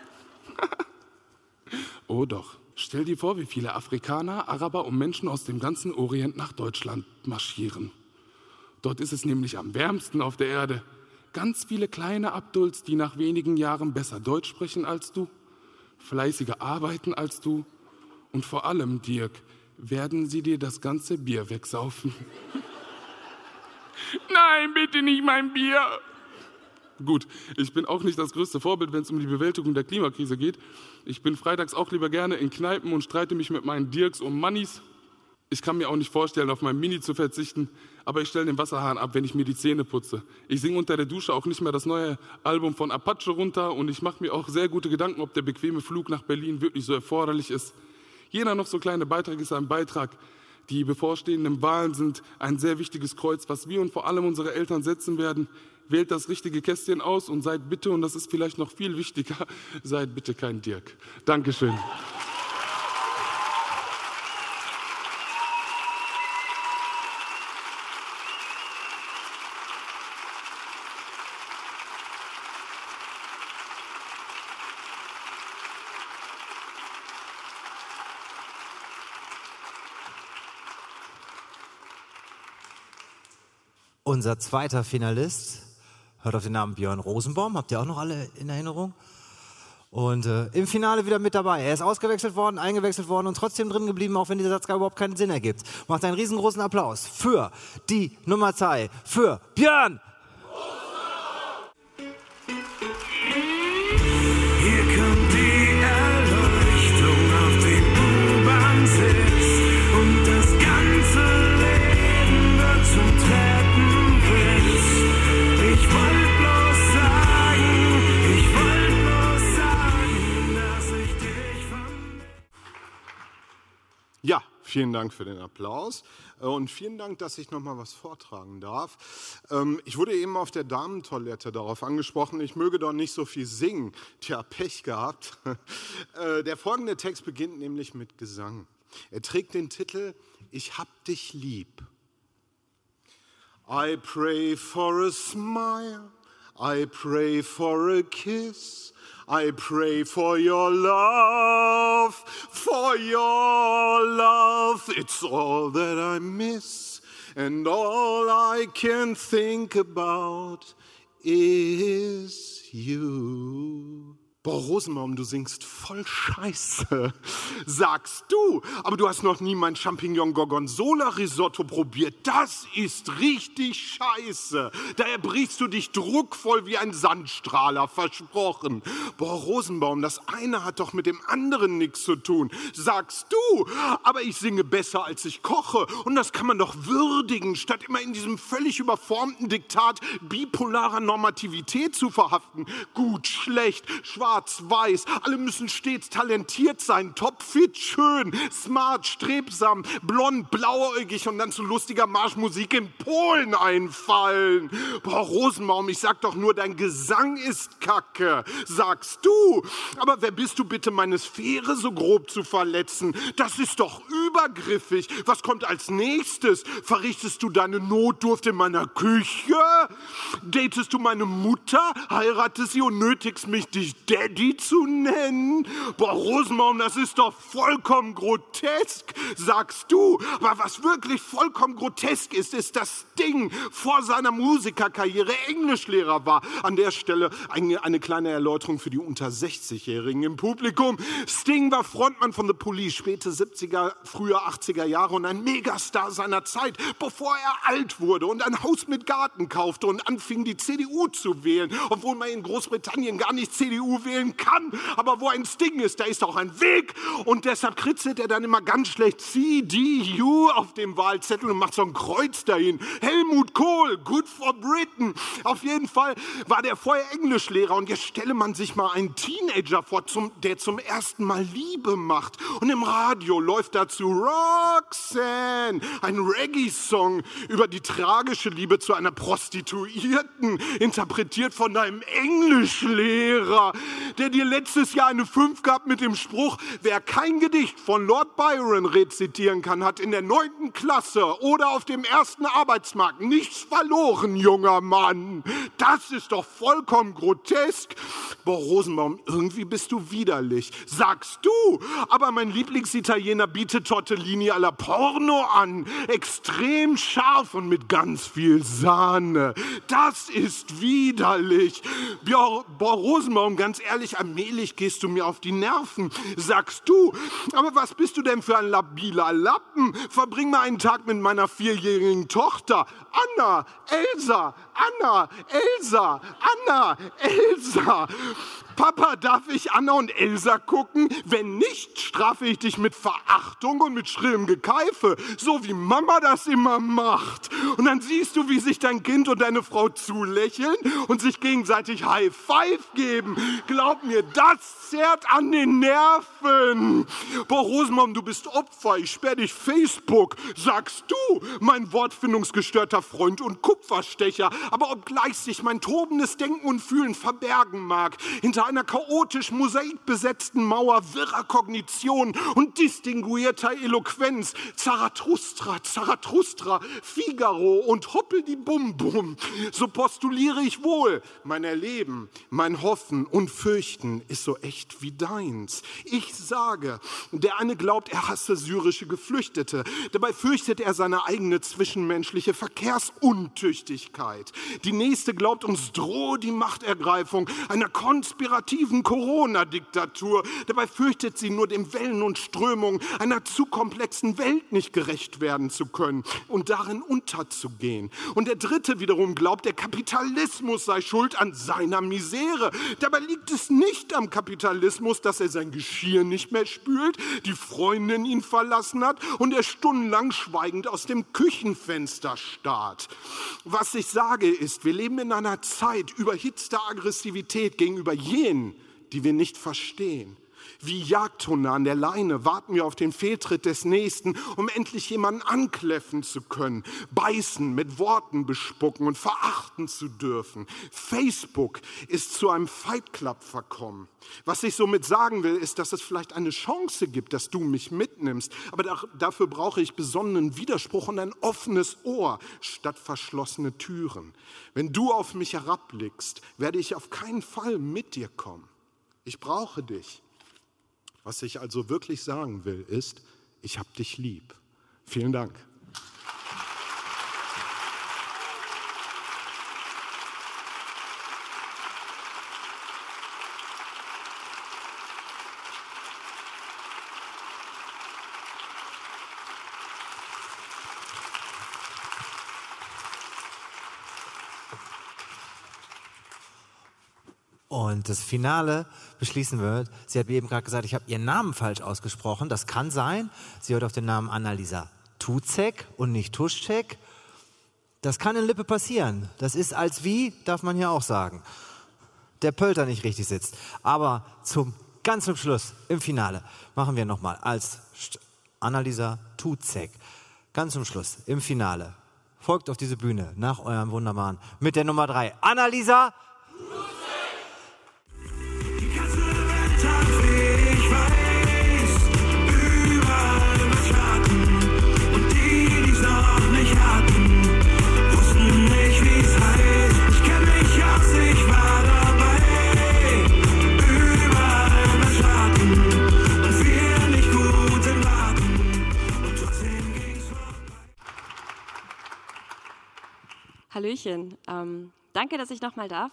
Oh doch. Stell dir vor, wie viele Afrikaner, Araber und Menschen aus dem ganzen Orient nach Deutschland marschieren. Dort ist es nämlich am wärmsten auf der Erde. Ganz viele kleine Abdults, die nach wenigen Jahren besser Deutsch sprechen als du, fleißiger arbeiten als du und vor allem, Dirk, werden sie dir das ganze Bier wegsaufen. Nein, bitte nicht mein Bier. Gut, ich bin auch nicht das größte Vorbild, wenn es um die Bewältigung der Klimakrise geht. Ich bin freitags auch lieber gerne in Kneipen und streite mich mit meinen Dirks um Mannis. Ich kann mir auch nicht vorstellen, auf mein Mini zu verzichten, aber ich stelle den Wasserhahn ab, wenn ich mir die Zähne putze. Ich singe unter der Dusche auch nicht mehr das neue Album von Apache runter und ich mache mir auch sehr gute Gedanken, ob der bequeme Flug nach Berlin wirklich so erforderlich ist. Jeder noch so kleine Beitrag ist ein Beitrag. Die bevorstehenden Wahlen sind ein sehr wichtiges Kreuz, was wir und vor allem unsere Eltern setzen werden. Wählt das richtige Kästchen aus und seid bitte, und das ist vielleicht noch viel wichtiger, seid bitte kein Dirk. Dankeschön. Unser zweiter Finalist hört auf den Namen Björn Rosenbaum. Habt ihr auch noch alle in Erinnerung? Und äh, im Finale wieder mit dabei. Er ist ausgewechselt worden, eingewechselt worden und trotzdem drin geblieben, auch wenn dieser Satz gar überhaupt keinen Sinn ergibt. Macht einen riesengroßen Applaus für die Nummer zwei, für Björn! Hier kommt die Erleuchtung auf den U-Bahn-Sitz und das ganze Leben wird zum Treppenwitz. Ich wollte bloß sagen, ich wollte bloß sagen, dass ich dich von... Ja, vielen Dank für den Applaus und vielen Dank, dass ich noch mal was vortragen darf. Ähm, ich wurde eben auf der Damentoilette darauf angesprochen, ich möge doch nicht so viel singen. Tja, Pech gehabt. äh, der folgende Text beginnt nämlich mit Gesang. Er trägt den Titel Ich hab dich lieb. I pray for a smile, I pray for a kiss. I pray for your love, for your love. It's all that I miss, and all I can think about is you. Boah, Rosenbaum, du singst voll Scheiße, sagst du. Aber du hast noch nie mein Champignon-Gorgonzola-Risotto probiert. Das ist richtig scheiße. Da erbrichst du dich druckvoll wie ein Sandstrahler, versprochen. Boah, Rosenbaum, das eine hat doch mit dem anderen nichts zu tun, sagst du. Aber ich singe besser, als ich koche. Und das kann man doch würdigen, statt immer in diesem völlig überformten Diktat bipolarer Normativität zu verhaften. Gut, schlecht, schwarz, Schwarz-Weiß, alle müssen stets talentiert sein, topfit, schön, smart, strebsam, blond, blauäugig und dann zu lustiger Marschmusik in Polen einfallen. Boah, Rosenbaum, ich sag doch nur, dein Gesang ist Kacke, sagst du. Aber wer bist du bitte, meine Sphäre so grob zu verletzen? Das ist doch übergriffig. Was kommt als nächstes? Verrichtest du deine Notdurft in meiner Küche? Datest du meine Mutter? Heiratest sie und nötigst mich, dich Daddy zu nennen? Boah, Rosenbaum, das ist doch vollkommen grotesk, sagst du. Aber was wirklich vollkommen grotesk ist, ist, dass Sting vor seiner Musikerkarriere Englischlehrer war. An der Stelle eine, eine kleine Erläuterung für die unter sechzig-Jährigen im Publikum. Sting war Frontmann von The Police, späte siebziger, frühe achtziger Jahre und ein Megastar seiner Zeit, bevor er alt wurde und ein Haus mit Garten kaufte und anfing, die C D U zu wählen, obwohl man in Großbritannien gar nicht C D U wählen kann, aber wo ein Sting ist, da ist auch ein Weg und deshalb kritzelt er dann immer ganz schlecht C D U auf dem Wahlzettel und macht so ein Kreuz dahin. Helmut Kohl, good for Britain. Auf jeden Fall war der vorher Englischlehrer und jetzt stelle man sich mal einen Teenager vor, zum, der zum ersten Mal Liebe macht und im Radio läuft dazu Roxanne, ein Reggae-Song über die tragische Liebe zu einer Prostituierten, interpretiert von einem Englischlehrer, der dir letztes Jahr eine fünf gab mit dem Spruch, wer kein Gedicht von Lord Byron rezitieren kann, hat in der neunten Klasse oder auf dem ersten Arbeitsmarkt nichts verloren, junger Mann. Das ist doch vollkommen grotesk. Boah, Rosenbaum, irgendwie bist du widerlich, sagst du. Aber mein Lieblingsitaliener bietet Tortellini alla Porno an. Extrem scharf und mit ganz viel Sahne. Das ist widerlich. Boah, boah Rosenbaum, ganz ehrlich, allmählich gehst du mir auf die Nerven, sagst du. Aber was bist du denn für ein labiler Lappen? Verbring mal einen Tag mit meiner vierjährigen Tochter. Anna, Elsa, Anna, Elsa, Anna, Elsa. Papa, darf ich Anna und Elsa gucken? Wenn nicht, strafe ich dich mit Verachtung und mit schrillem Gekeife, so wie Mama das immer macht. Und dann siehst du, wie sich dein Kind und deine Frau zulächeln und sich gegenseitig High Five geben. Glaub mir, das zerrt an den Nerven. Boah, Rosenbaum, du bist Opfer, ich sperr dich Facebook, sagst du, mein wortfindungsgestörter Freund und Kupferstecher. Aber obgleich sich mein tobendes Denken und Fühlen verbergen mag, hinter unter einer chaotisch mosaikbesetzten Mauer wirrer Kognition und distinguierter Eloquenz. Zarathustra, Zarathustra, Figaro und Hoppel-die-Bum-Bum. So postuliere ich wohl, mein Erleben, mein Hoffen und Fürchten ist so echt wie deins. Ich sage, der eine glaubt, er hasse syrische Geflüchtete. Dabei fürchtet er seine eigene zwischenmenschliche Verkehrsuntüchtigkeit. Die nächste glaubt, uns drohe die Machtergreifung einer konspirativen Corona-Diktatur. Dabei fürchtet sie nur dem Wellen und Strömungen einer zu komplexen Welt nicht gerecht werden zu können und darin unterzugehen. Und der dritte wiederum glaubt, der Kapitalismus sei schuld an seiner Misere. Dabei liegt es nicht am Kapitalismus, dass er sein Geschirr nicht mehr spült, die Freundin ihn verlassen hat und er stundenlang schweigend aus dem Küchenfenster starrt. Was ich sage ist, wir leben in einer Zeit überhitzter Aggressivität gegenüber jenen, die wir nicht verstehen. Wie Jagdhunde an der Leine warten wir auf den Fehltritt des Nächsten, um endlich jemanden ankläffen zu können, beißen, mit Worten bespucken und verachten zu dürfen. Facebook ist zu einem Fight Club verkommen. Was ich somit sagen will, ist, dass es vielleicht eine Chance gibt, dass du mich mitnimmst. Aber da, dafür brauche ich besonnenen Widerspruch und ein offenes Ohr statt verschlossene Türen. Wenn du auf mich herabblickst, werde ich auf keinen Fall mit dir kommen. Ich brauche dich. Was ich also wirklich sagen will, ist, ich hab dich lieb. Vielen Dank. Und das Finale beschließen wird, sie hat mir eben gerade gesagt, ich habe ihren Namen falsch ausgesprochen. Das kann sein. Sie hört auf den Namen Annalisa Tuzek und nicht Tuschek. Das kann in Lippe passieren. Das ist als wie, darf man hier auch sagen, der Pölter nicht richtig sitzt. Aber zum ganz zum Schluss, im Finale, machen wir nochmal als Annalisa Tuzek. Ganz zum Schluss, im Finale. Folgt auf diese Bühne nach eurem wunderbaren, mit der Nummer drei. Annalisa Tuzek. Hallöchen, ähm, danke, dass ich nochmal darf.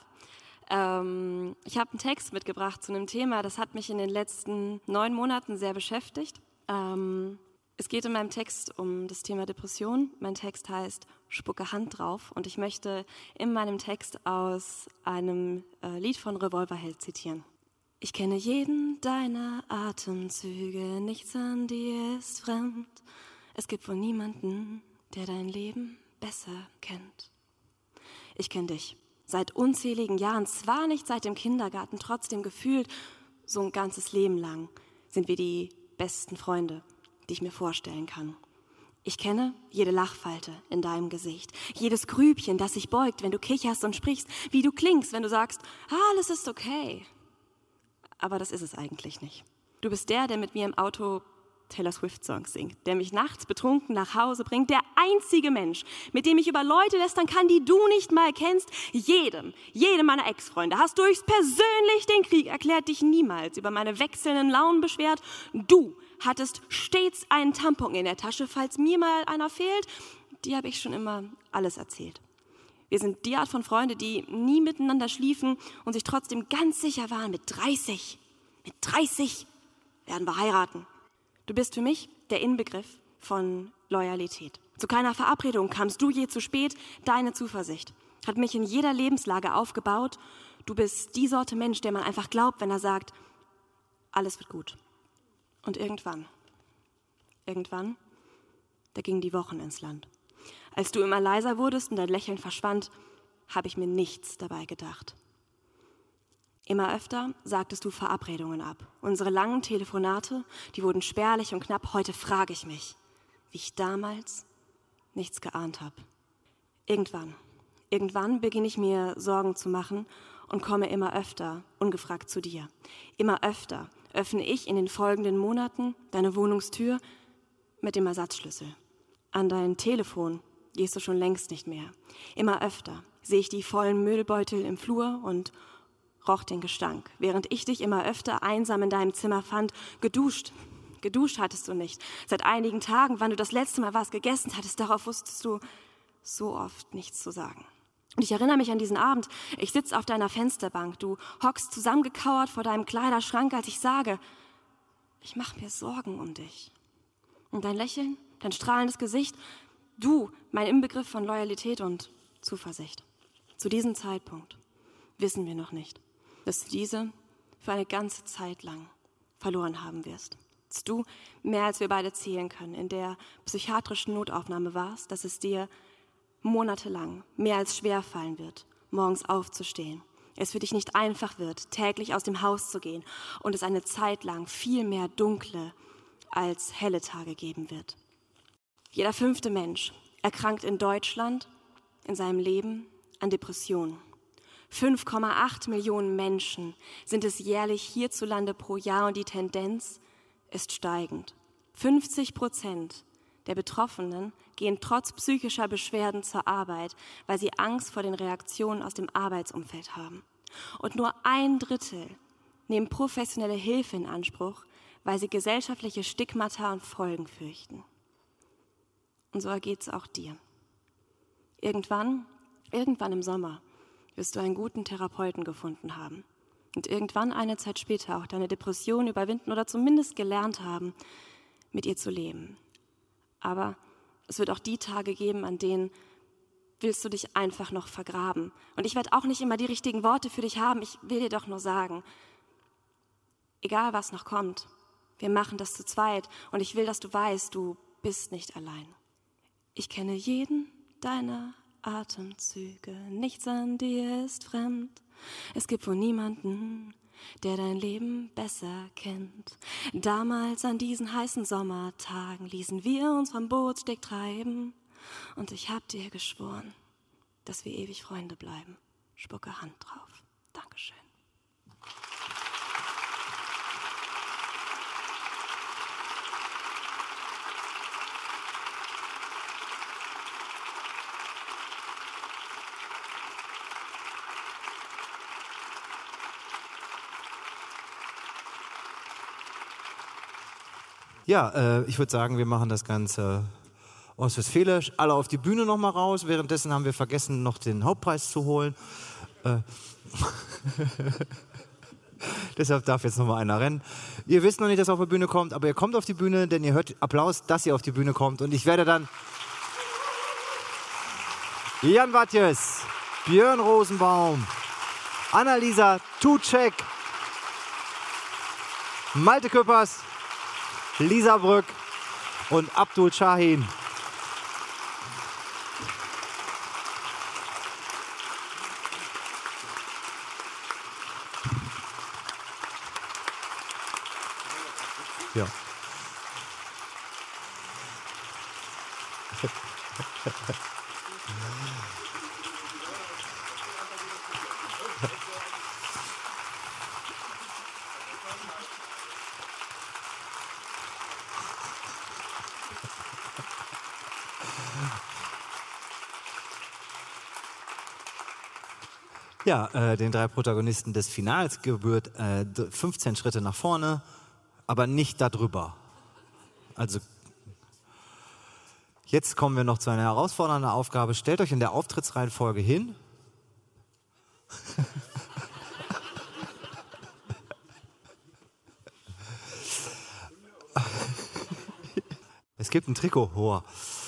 Ähm, ich habe einen Text mitgebracht zu einem Thema, das hat mich in den letzten neun Monaten sehr beschäftigt. Ähm, es geht in meinem Text um das Thema Depression. Mein Text heißt Spucke Hand drauf und ich möchte in meinem Text aus einem äh, Lied von Revolverheld zitieren. Ich kenne jeden deiner Atemzüge, nichts an dir ist fremd. Es gibt wohl niemanden, der dein Leben besser kennt. Ich kenne dich seit unzähligen Jahren, zwar nicht seit dem Kindergarten, trotzdem gefühlt so ein ganzes Leben lang sind wir die besten Freunde, die ich mir vorstellen kann. Ich kenne jede Lachfalte in deinem Gesicht, jedes Grübchen, das sich beugt, wenn du kicherst und sprichst, wie du klingst, wenn du sagst, alles ist okay. Aber das ist es eigentlich nicht. Du bist der, der mit mir im Auto Taylor Swift-Songs singt, der mich nachts betrunken nach Hause bringt, der einzige Mensch, mit dem ich über Leute lästern kann, die du nicht mal kennst. Jedem, jedem meiner Ex-Freunde hast du höchstpersönlich den Krieg erklärt, dich niemals über meine wechselnden Launen beschwert. Du hattest stets einen Tampon in der Tasche, falls mir mal einer fehlt. Die habe ich schon immer alles erzählt. Wir sind die Art von Freunde, die nie miteinander schliefen und sich trotzdem ganz sicher waren, mit dreißig, mit dreißig werden wir heiraten. Du bist für mich der Inbegriff von Loyalität. Zu keiner Verabredung kamst du je zu spät. Deine Zuversicht hat mich in jeder Lebenslage aufgebaut. Du bist die Sorte Mensch, der man einfach glaubt, wenn er sagt, alles wird gut. Und irgendwann, irgendwann, da gingen die Wochen ins Land. Als du immer leiser wurdest und dein Lächeln verschwand, habe ich mir nichts dabei gedacht. Immer öfter sagtest du Verabredungen ab. Unsere langen Telefonate, die wurden spärlich und knapp. Heute frage ich mich, wie ich damals nichts geahnt habe. Irgendwann, irgendwann beginne ich mir Sorgen zu machen und komme immer öfter ungefragt zu dir. Immer öfter öffne ich in den folgenden Monaten deine Wohnungstür mit dem Ersatzschlüssel. An dein Telefon gehst du schon längst nicht mehr. Immer öfter sehe ich die vollen Müllbeutel im Flur und roch den Gestank, während ich dich immer öfter einsam in deinem Zimmer fand, geduscht. Geduscht hattest du nicht. Seit einigen Tagen, wann du das letzte Mal was gegessen hattest, darauf wusstest du so oft nichts zu sagen. Und ich erinnere mich an diesen Abend. Ich sitze auf deiner Fensterbank. Du hockst zusammengekauert vor deinem Kleiderschrank, als ich sage, ich mache mir Sorgen um dich. Und dein Lächeln, dein strahlendes Gesicht, du, mein Inbegriff von Loyalität und Zuversicht. Zu diesem Zeitpunkt wissen wir noch nicht, dass du diese für eine ganze Zeit lang verloren haben wirst. Dass du mehr als wir beide zählen können, in der psychiatrischen Notaufnahme warst, dass es dir monatelang mehr als schwer fallen wird, morgens aufzustehen. Es für dich nicht einfach wird, täglich aus dem Haus zu gehen und es eine Zeit lang viel mehr dunkle als helle Tage geben wird. Jeder fünfte Mensch erkrankt in Deutschland in seinem Leben an Depressionen. fünf Komma acht Millionen Menschen sind es jährlich hierzulande pro Jahr und die Tendenz ist steigend. fünfzig Prozent der Betroffenen gehen trotz psychischer Beschwerden zur Arbeit, weil sie Angst vor den Reaktionen aus dem Arbeitsumfeld haben. Und nur ein Drittel nehmen professionelle Hilfe in Anspruch, weil sie gesellschaftliche Stigmata und Folgen fürchten. Und so ergeht es auch dir. Irgendwann, irgendwann im Sommer, wirst du einen guten Therapeuten gefunden haben. Und irgendwann eine Zeit später auch deine Depression überwinden oder zumindest gelernt haben, mit ihr zu leben. Aber es wird auch die Tage geben, an denen willst du dich einfach noch vergraben. Und ich werde auch nicht immer die richtigen Worte für dich haben. Ich will dir doch nur sagen, egal was noch kommt, wir machen das zu zweit. Und ich will, dass du weißt, du bist nicht allein. Ich kenne jeden deiner Atemzüge. Nichts an dir ist fremd. Es gibt wohl niemanden, der dein Leben besser kennt. Damals an diesen heißen Sommertagen ließen wir uns vom Bootssteg treiben. Und ich hab dir geschworen, dass wir ewig Freunde bleiben. Spucke Hand drauf. Dankeschön. Ja, äh, ich würde sagen, wir machen das Ganze ostwestfälisch. Alle auf die Bühne noch mal raus. Währenddessen haben wir vergessen, noch den Hauptpreis zu holen. Äh, Deshalb darf jetzt noch mal einer rennen. Ihr wisst noch nicht, dass er auf die Bühne kommt, aber ihr kommt auf die Bühne, denn ihr hört Applaus, dass ihr auf die Bühne kommt. Und ich werde dann Jan Watjes, Björn Rosenbaum, Annalisa Tucek, Malte Küppers, Lisa Brück und Abdul Shahin. Ja. Ja, äh, den drei Protagonisten des Finals gebührt äh, fünfzehn Schritte nach vorne, aber nicht darüber. Also jetzt kommen wir noch zu einer herausfordernden Aufgabe. Stellt euch in der Auftrittsreihenfolge hin. Es gibt ein Trikot. Hoher.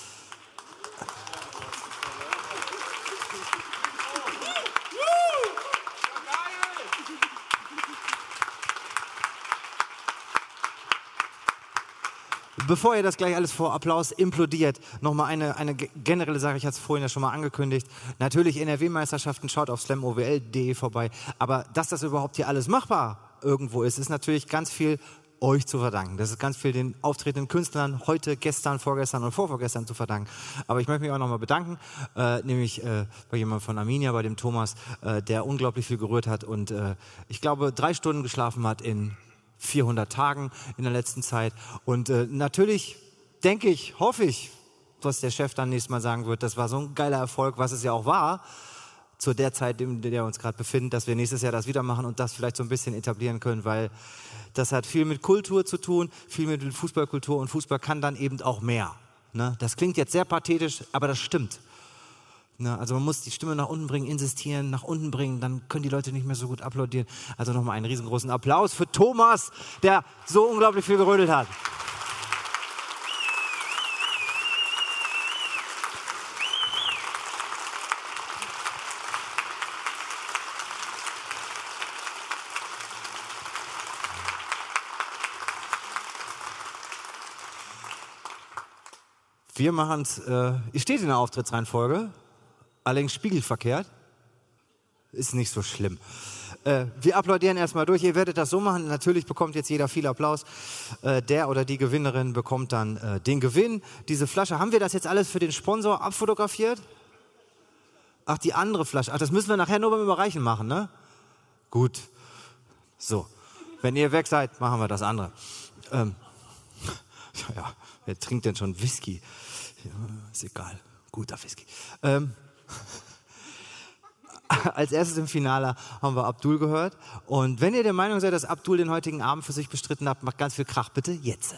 Bevor ihr das gleich alles vor Applaus implodiert, nochmal eine, eine generelle Sache, ich hatte es vorhin ja schon mal angekündigt. Natürlich N R W-Meisterschaften, schaut auf slam o w l punkt d e vorbei. Aber dass das überhaupt hier alles machbar irgendwo ist, ist natürlich ganz viel euch zu verdanken. Das ist ganz viel den auftretenden Künstlern heute, gestern, vorgestern und vorvorgestern zu verdanken. Aber ich möchte mich auch nochmal bedanken, äh, nämlich äh, bei jemandem von Arminia, bei dem Thomas, äh, der unglaublich viel gerührt hat und äh, ich glaube drei Stunden geschlafen hat in vierhundert Tagen in der letzten Zeit. Und äh, natürlich denke ich, hoffe ich, was der Chef dann nächstes Mal sagen wird, das war so ein geiler Erfolg, was es ja auch war, zu der Zeit, in der wir uns gerade befinden, dass wir nächstes Jahr das wieder machen und das vielleicht so ein bisschen etablieren können, weil das hat viel mit Kultur zu tun, viel mit Fußballkultur und Fußball kann dann eben auch mehr. Ne? Das klingt jetzt sehr pathetisch, aber das stimmt. Ne? Also man muss die Stimme nach unten bringen, insistieren, nach unten bringen, dann können die Leute nicht mehr so gut applaudieren. Also nochmal einen riesengroßen Applaus für Thomas, der so unglaublich viel gerödelt hat. Wir machen es, äh, ihr steht in der Auftrittsreihenfolge, allerdings spiegelverkehrt. Ist nicht so schlimm. Äh, wir applaudieren erstmal durch. Ihr werdet das so machen. Natürlich bekommt jetzt jeder viel Applaus. Äh, der oder die Gewinnerin bekommt dann äh, den Gewinn. Diese Flasche, haben wir das jetzt alles für den Sponsor abfotografiert? Ach, die andere Flasche. Ach, das müssen wir nachher nur beim Überreichen machen, ne? Gut. So. Wenn ihr weg seid, machen wir das andere. Ähm, ja, ja. Wer trinkt denn schon Whisky? Ja, ist egal. Guter Whisky. Ähm, als erstes im Finale haben wir Abdul gehört. Und wenn ihr der Meinung seid, dass Abdul den heutigen Abend für sich bestritten hat, macht ganz viel Krach, bitte jetzt.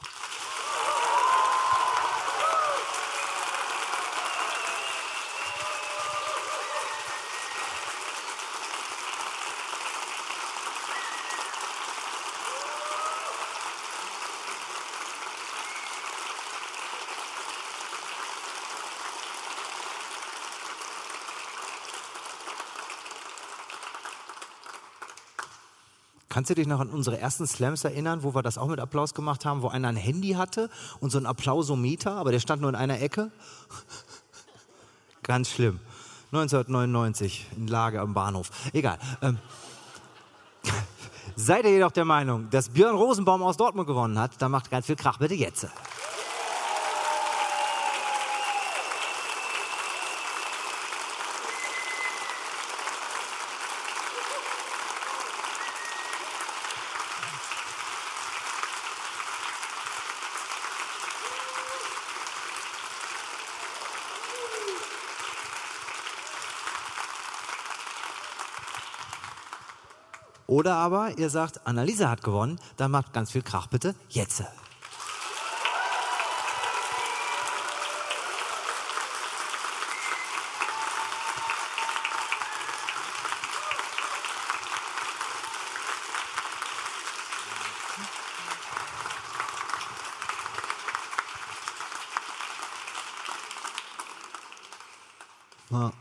Kannst du dich noch an unsere ersten Slams erinnern, wo wir das auch mit Applaus gemacht haben, wo einer ein Handy hatte und so ein Applausometer, aber der stand nur in einer Ecke? Ganz schlimm. neunzehnhundertneunundneunzig in Lage am Bahnhof. Egal. Ähm, seid ihr jedoch der Meinung, dass Björn Rosenbaum aus Dortmund gewonnen hat, dann macht ganz viel Krach, bitte jetzt. Oder aber ihr sagt, Annalisa hat gewonnen, dann macht ganz viel Krach, bitte jetzt. Ja.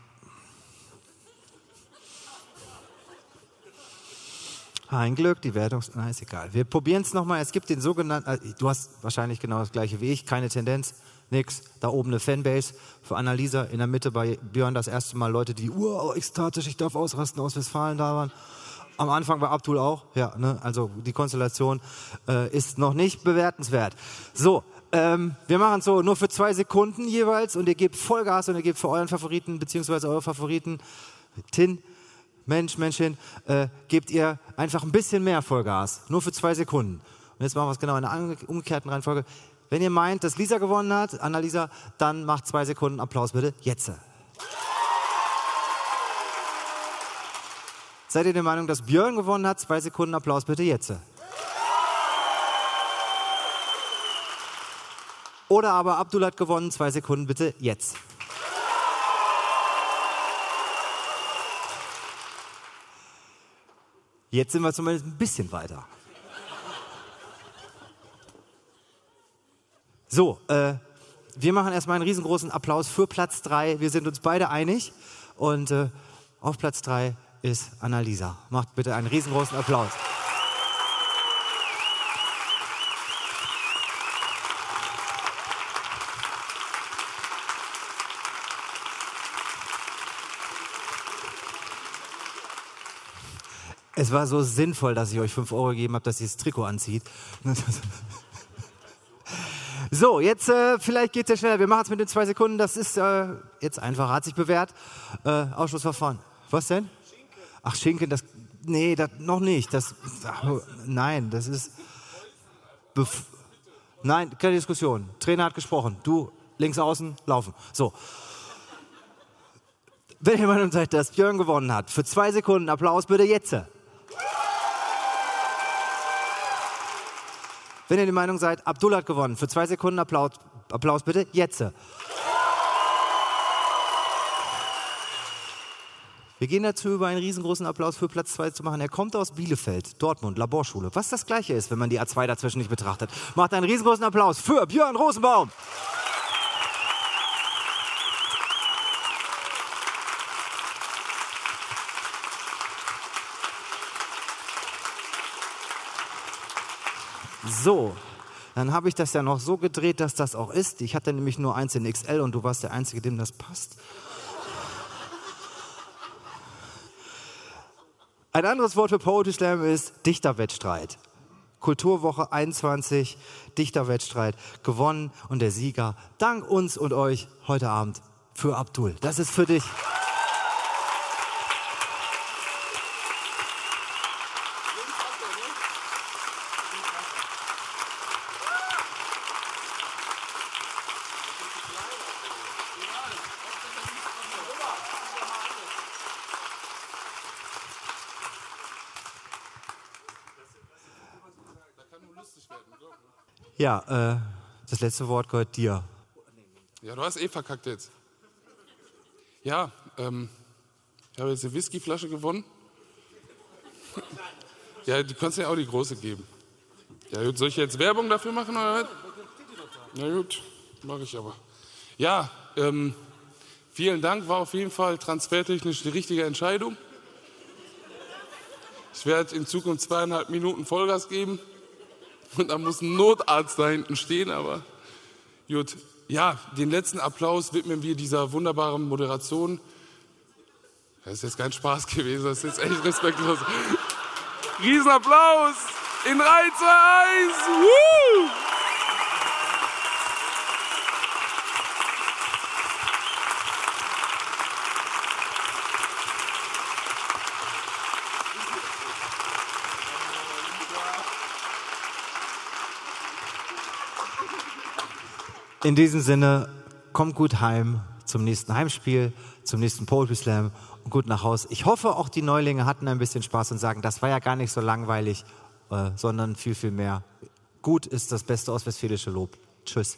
Ein Glück, die Wertung, na ist egal. Wir probieren es nochmal. Es gibt den sogenannten, du hast wahrscheinlich genau das gleiche wie ich, keine Tendenz, nix. Da oben eine Fanbase für Annalisa, in der Mitte bei Björn das erste Mal Leute, die, wow, ekstatisch, ich darf ausrasten, aus Westfalen da waren. Am Anfang bei Abdul auch, ja, ne? Also die Konstellation äh, ist noch nicht bewertenswert. So, ähm, wir machen es so, nur für zwei Sekunden jeweils und ihr gebt Vollgas und ihr gebt für euren Favoriten, beziehungsweise eure Favoriten, Tin, Mensch, Menschin, äh, gebt ihr einfach ein bisschen mehr Vollgas, nur für zwei Sekunden. Und jetzt machen wir es genau in einer umgekehrten Reihenfolge. Wenn ihr meint, dass Lisa gewonnen hat, Annalisa, dann macht zwei Sekunden Applaus bitte, jetzt. Seid ihr der Meinung, dass Björn gewonnen hat, zwei Sekunden Applaus bitte, jetzt. Oder aber Abdul hat gewonnen, zwei Sekunden bitte, jetzt. Jetzt sind wir zumindest ein bisschen weiter. So, äh, wir machen erstmal einen riesengroßen Applaus für Platz drei. Wir sind uns beide einig. Und äh, auf Platz drei ist Annalisa. Macht bitte einen riesengroßen Applaus. Es war so sinnvoll, dass ich euch fünf Euro gegeben habe, dass ihr das Trikot anzieht. So, jetzt äh, vielleicht geht es ja schneller. Wir machen es mit den zwei Sekunden. Das ist äh, jetzt einfach, hat sich bewährt. Äh, Ausschlussverfahren. Was denn? Ach, Schinken, das... Nee, das noch nicht. Das, ach, nein, das ist... Bef nein, keine Diskussion. Trainer hat gesprochen. Du, links außen, laufen. So. Wenn ihr Meinung seid, dass Björn gewonnen hat, für zwei Sekunden Applaus bitte jetzt. Wenn ihr die Meinung seid, Abdul hat gewonnen, für zwei Sekunden Applaus, Applaus bitte jetzt. Wir gehen dazu über, einen riesengroßen Applaus für Platz zwei zu machen. Er kommt aus Bielefeld, Dortmund, Laborschule. Was das Gleiche ist, wenn man die A zwei dazwischen nicht betrachtet. Macht einen riesengroßen Applaus für Björn Rosenbaum. So, dann habe ich das ja noch so gedreht, dass das auch ist. Ich hatte nämlich nur eins in X L und du warst der Einzige, dem das passt. Ein anderes Wort für Poetry Slam ist Dichterwettstreit. Kulturwoche einundzwanzig, Dichterwettstreit, gewonnen und der Sieger, dank uns und euch, heute Abend für Abdul. Das ist für dich. Ja, äh, das letzte Wort gehört dir. Ja, du hast eh verkackt jetzt. Ja, ähm, ich habe jetzt eine Whiskyflasche gewonnen. Ja, du kannst ja auch die große geben. Ja gut, soll ich jetzt Werbung dafür machen oder was? Na gut, mache ich aber. Ja, ähm, vielen Dank, war auf jeden Fall transfertechnisch die richtige Entscheidung. Ich werde in Zukunft zweieinhalb Minuten Vollgas geben. Und da muss ein Notarzt da hinten stehen, aber gut. Ja, den letzten Applaus widmen wir dieser wunderbaren Moderation. Das ist jetzt kein Spaß gewesen, das ist jetzt echt respektlos. Riesenapplaus in drei, zwei, eins. Woo! In diesem Sinne, kommt gut heim zum nächsten Heimspiel, zum nächsten Poetry Slam und gut nach Hause. Ich hoffe, auch die Neulinge hatten ein bisschen Spaß und sagen, das war ja gar nicht so langweilig, äh, sondern viel, viel mehr. Gut ist das beste ostwestfälische Lob. Tschüss.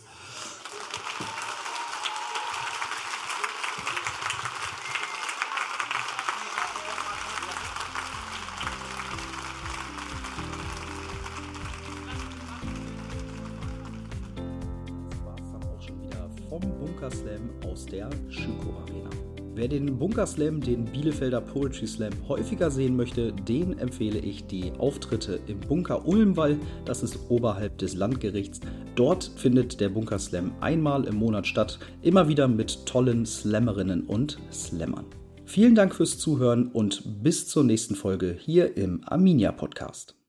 Vom Bunkerslam aus der Schüko Arena. Wer den Bunkerslam, den Bielefelder Poetry Slam, häufiger sehen möchte, den empfehle ich die Auftritte im Bunker Ulmwall. Das ist oberhalb des Landgerichts. Dort findet der Bunkerslam einmal im Monat statt, immer wieder mit tollen Slammerinnen und Slammern. Vielen Dank fürs Zuhören und bis zur nächsten Folge hier im Arminia Podcast.